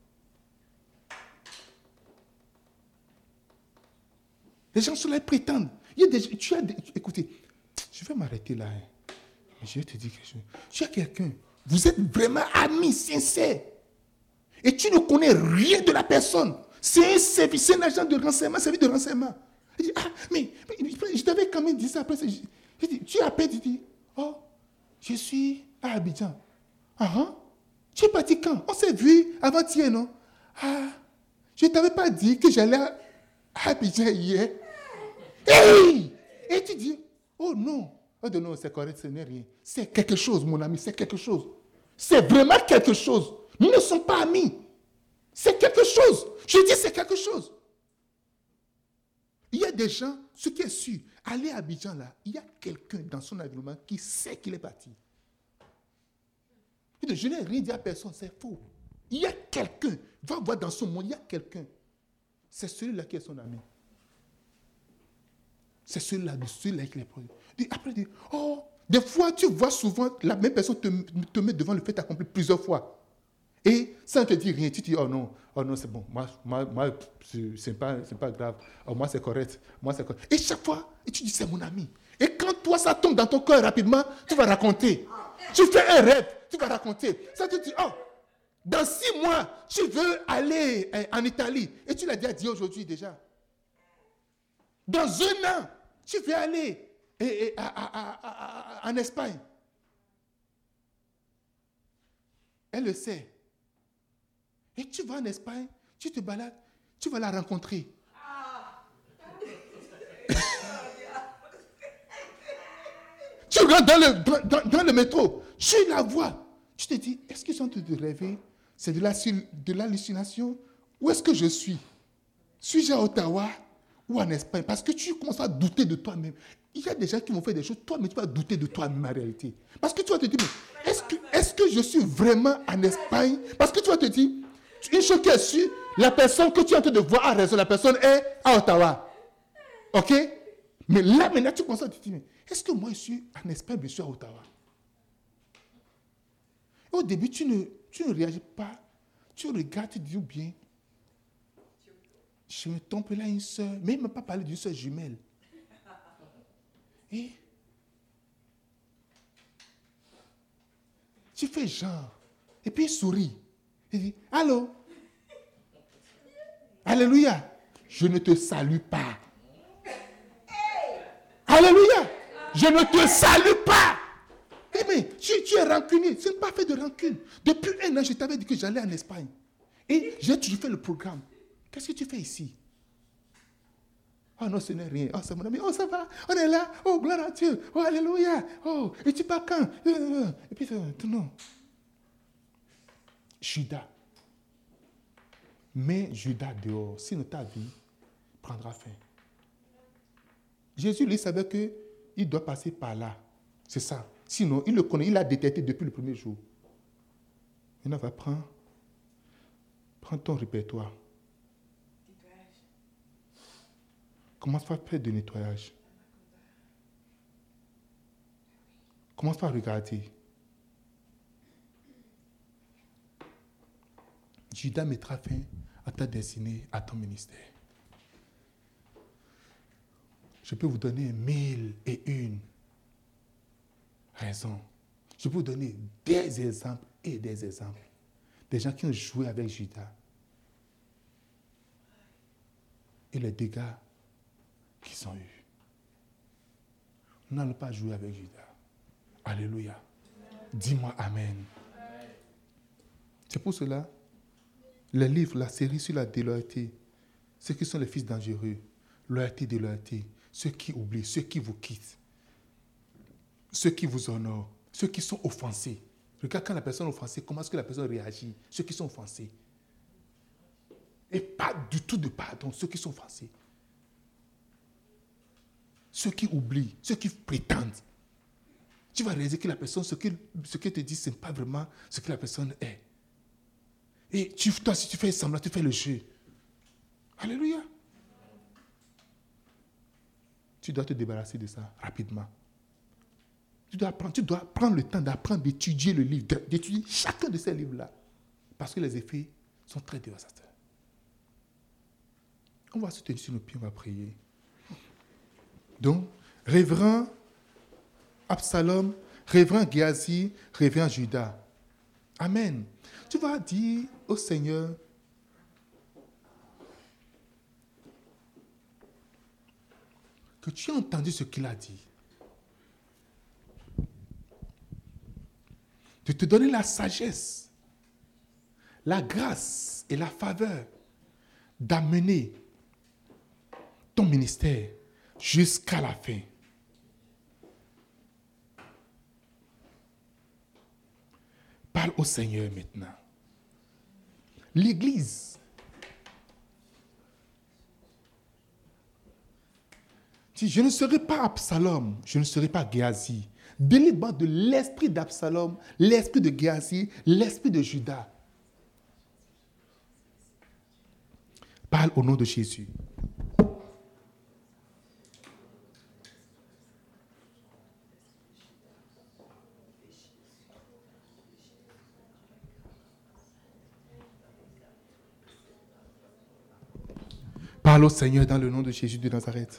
Les gens sont là, ils prétendent. Écoutez, je vais m'arrêter là. Je vais te dire quelque chose. Tu as quelqu'un, vous êtes vraiment amis, sincères. Et tu ne connais rien de la personne. C'est un service, c'est un agent de renseignement, service de renseignement. Il dit, mais je t'avais quand même dit ça après. Je dis, tu appelles, tu dis, oh, je suis à Abidjan. Tu es parti quand? On s'est vu avant-hier, non? Je ne t'avais pas dit que j'allais à Abidjan hier. Hey! Et tu dis, oh non, c'est correct, ce n'est rien. C'est quelque chose, mon ami, c'est quelque chose. C'est vraiment quelque chose. Nous ne sommes pas amis. C'est quelque chose. Je dis c'est quelque chose. Il y a des gens, ce qui est sûr, aller à Abidjan là, il y a quelqu'un dans son environnement qui sait qu'il est parti. Je n'ai rien dit à personne, c'est faux. Il y a quelqu'un, va voir dans son monde, il y a quelqu'un. C'est celui-là qui est son ami. C'est celui-là qui est produit. Après, des fois, tu vois souvent, la même personne te met devant le fait accompli plusieurs fois. Et ça ne te dit rien. Tu te dis, oh non, c'est bon. Moi c'est pas grave. Oh, moi, c'est correct. Et chaque fois, tu dis, c'est mon ami. Et quand toi, ça tombe dans ton cœur rapidement, tu vas raconter. Tu fais un rêve, tu vas raconter. Ça te dit, oh, dans 6 mois, tu veux aller en Italie. Et tu l'as déjà dit aujourd'hui déjà. Dans 1 an, tu veux aller en Espagne. Elle le sait. Et tu vas en Espagne, tu te balades, tu vas la rencontrer. Tu rentres dans le métro, tu la vois. Tu te dis, est-ce que je suis en train de rêver? C'est de l'hallucination? Où est-ce que je suis? Suis-je à Ottawa? ou en Espagne, parce que tu commences à douter de toi-même. Il y a des gens qui vont faire des choses, toi, mais tu vas douter de toi-même en réalité. Parce que tu vas te dire, mais est-ce que je suis vraiment en Espagne? Parce que tu vas te dire, une chose qui est sûre, la personne que tu es en train de voir a raison, la personne est à Ottawa. OK? Mais là, maintenant, tu commences à te dire, mais est-ce que moi, je suis en Espagne, je suis à Ottawa? Et au début, tu ne réagis pas. Tu regardes, tu dis bien. Je me trompe là, une soeur. Mais il ne m'a pas parlé d'une soeur jumelle. Et tu fais genre. Et puis il sourit. Il dit, allô? Alléluia. Je ne te salue pas. Alléluia. Je ne te salue pas. Eh mais tu es rancunier. Ce n'est pas fait de rancune. Depuis 1 an, je t'avais dit que j'allais en Espagne. Et j'ai toujours fait le programme. Qu'est-ce que tu fais ici? Oh non, ce n'est rien. Oh, c'est mon ami. Oh, ça va. On est là. Oh, gloire à Dieu. Oh, alléluia. Oh, et tu pars quand? Et puis, non. Judas. Mets Judas dehors. Sinon, ta vie prendra fin. Jésus, lui, savait qu'il doit passer par là. C'est ça. Sinon, il le connaît. Il l'a détecté depuis le premier jour. Maintenant, va prendre ton répertoire. Commence par faire du nettoyage. Commence par regarder. Judas mettra fin à ta destinée, à ton ministère. Je peux vous donner 1001 raisons. Je peux vous donner des exemples et des exemples. Des gens qui ont joué avec Judas. Et les dégâts qu'ils ont eus. Nous n'allons pas jouer avec Judas. Alléluia. Dis-moi Amen. C'est pour cela, le livre, la série sur la déloyauté, ceux qui sont les fils dangereux, loyauté, déloyauté, ceux qui oublient, ceux qui vous quittent, ceux qui vous honorent, ceux qui sont offensés. Regarde quand la personne est offensée, comment est-ce que la personne réagit, ceux qui sont offensés. Et pas du tout de pardon, ceux qui sont offensés. Ceux qui oublient, ceux qui prétendent. Tu vas réaliser que la personne, ce qu'elle te dit, ce n'est pas vraiment ce que la personne est. Et toi, si tu fais semblant, tu fais le jeu. Alléluia. Tu dois te débarrasser de ça rapidement. Tu dois prendre le temps d'apprendre, d'étudier le livre, d'étudier chacun de ces livres-là. Parce que les effets sont très dévastateurs. On va se tenir sur nos pieds, on va prier. Donc, révérend Absalom, révérend Géasi, révérend Judas. Amen. Tu vas dire au Seigneur, que tu as entendu ce qu'il a dit. De te donner la sagesse, la grâce et la faveur d'amener ton ministère jusqu'à la fin. Parle au Seigneur maintenant. L'Église. Si je ne serai pas Absalom, je ne serai pas Géasi. Délivre de l'esprit d'Absalom, l'esprit de Géasi, l'esprit de Judas. Parle au nom de Jésus. Parle au Seigneur dans le nom de Jésus de Nazareth.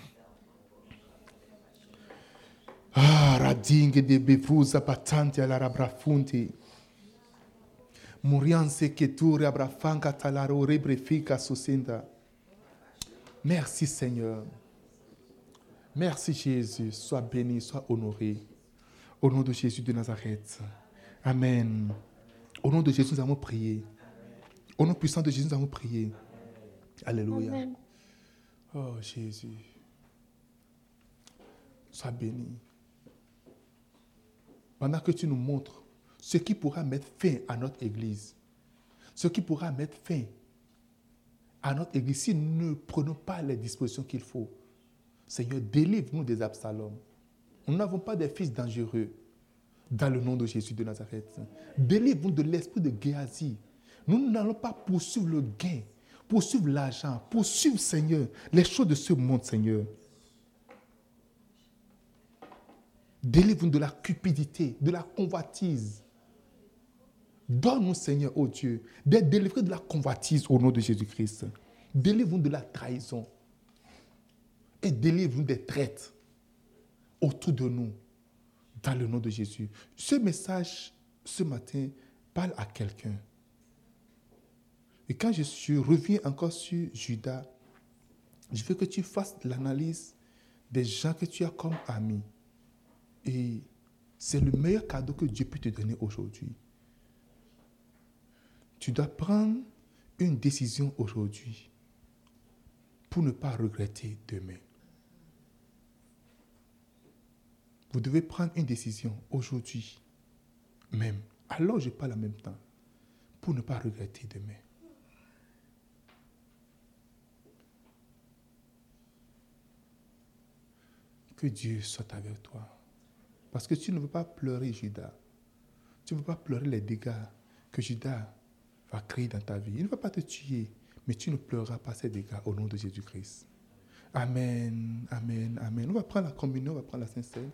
Ah, radingue de bevuza patante alla rabrafunti. Murianse que tu rabrafanca talaro rebrefica susenda. Merci Seigneur. Merci Jésus. Sois béni, sois honoré. Au nom de Jésus de Nazareth. Amen. Au nom de Jésus, nous avons prié. Au nom puissant de Jésus, nous avons prié. Alléluia. Amen. Oh Jésus. Sois béni. Pendant que tu nous montres ce qui pourra mettre fin à notre Église, ce qui pourra mettre fin à notre église si nous ne prenons pas les dispositions qu'il faut. Seigneur, délivre-nous des Absaloms. Nous n'avons pas des fils dangereux. Dans le nom de Jésus de Nazareth. Délivre-nous de l'esprit de Géasi. Nous n'allons pas poursuivre le gain, poursuivre l'argent, poursuivre, Seigneur, les choses de ce monde, Seigneur. Délivre-nous de la cupidité, de la convoitise. Donne-nous, Seigneur, oh Dieu, d'être délivrés de la convoitise au nom de Jésus-Christ. Délivre-nous de la trahison. Et délivre-nous des traites autour de nous. Dans le nom de Jésus. Ce message, ce matin, parle à quelqu'un. Et quand je reviens encore sur Judas, je veux que tu fasses l'analyse des gens que tu as comme amis. Et c'est le meilleur cadeau que Dieu peut te donner aujourd'hui. Tu dois prendre une décision aujourd'hui pour ne pas regretter demain. Vous devez prendre une décision aujourd'hui, même. Alors je parle en même temps, pour ne pas regretter demain. Que Dieu soit avec toi. Parce que tu ne veux pas pleurer Judas. Tu ne veux pas pleurer les dégâts que Judas va créer dans ta vie. Il ne va pas te tuer, mais tu ne pleureras pas ces dégâts au nom de Jésus-Christ. Amen, amen, amen. On va prendre la communion, on va prendre la Sainte-Seine.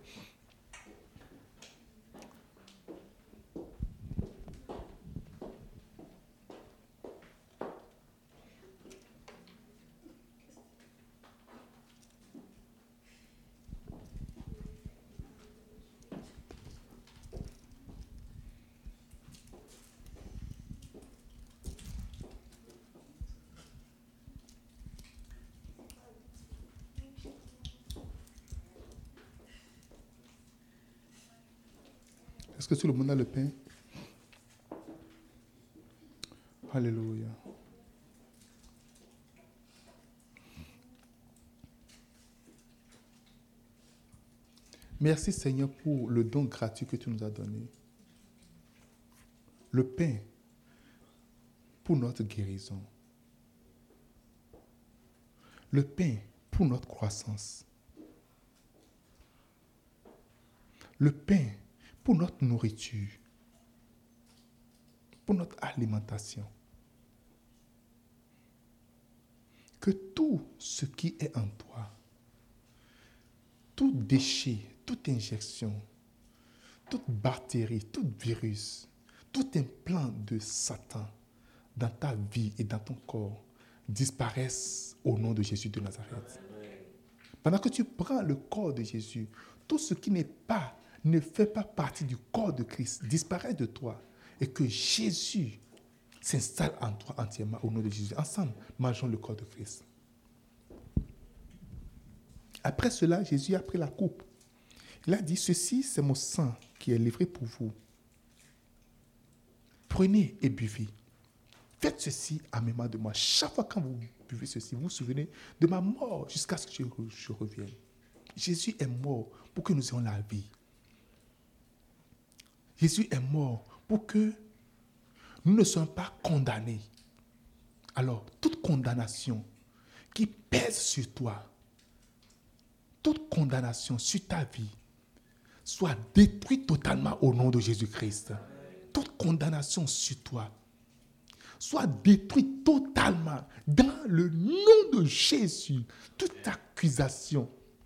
Est-ce que tout le monde a le pain? Alléluia. Merci Seigneur pour le don gratuit que tu nous as donné. Le pain pour notre guérison. Le pain pour notre croissance. Le pain pour notre nourriture. Pour notre alimentation. Que tout ce qui est en toi, tout déchet, toute injection, toute bactérie, tout virus, tout implant de Satan dans ta vie et dans ton corps disparaissent au nom de Jésus de Nazareth. Pendant que tu prends le corps de Jésus, tout ce qui ne fait pas partie du corps de Christ disparaît de toi et que Jésus s'installe en toi entièrement au nom de Jésus. Ensemble, mangeons le corps de Christ. Après cela, Jésus a pris la coupe. Il a dit, ceci, c'est mon sang qui est livré pour vous. Prenez et buvez. Faites ceci en mémoire de moi. Chaque fois que vous buvez ceci, vous vous souvenez de ma mort jusqu'à ce que je revienne. Jésus est mort pour que nous ayons la vie. Jésus est mort pour que nous ne soyons pas condamnés. Alors, toute condamnation qui pèse sur toi, toute condamnation sur ta vie, soit détruite totalement au nom de Jésus-Christ. Toute condamnation sur toi, soit détruite totalement dans le nom de Jésus. Toute accusation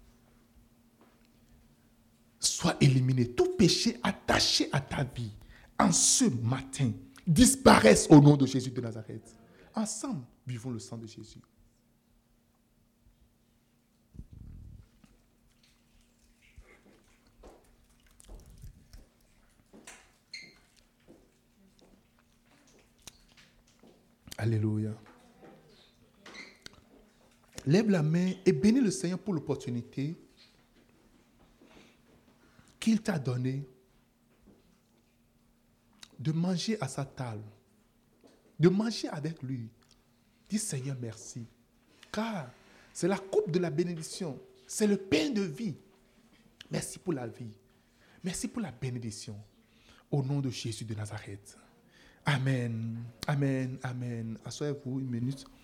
soit éliminée. Tout péché attaché à ta vie en ce matin disparaisse au nom de Jésus de Nazareth. Ensemble, vivons le sang de Jésus. Alléluia. Lève la main et bénis le Seigneur pour l'opportunité qu'il t'a donnée de manger à sa table, de manger avec lui. Dis Seigneur merci, car c'est la coupe de la bénédiction, c'est le pain de vie. Merci pour la vie, merci pour la bénédiction. Au nom de Jésus de Nazareth. Amen, amen, amen. Asseyez-vous une minute.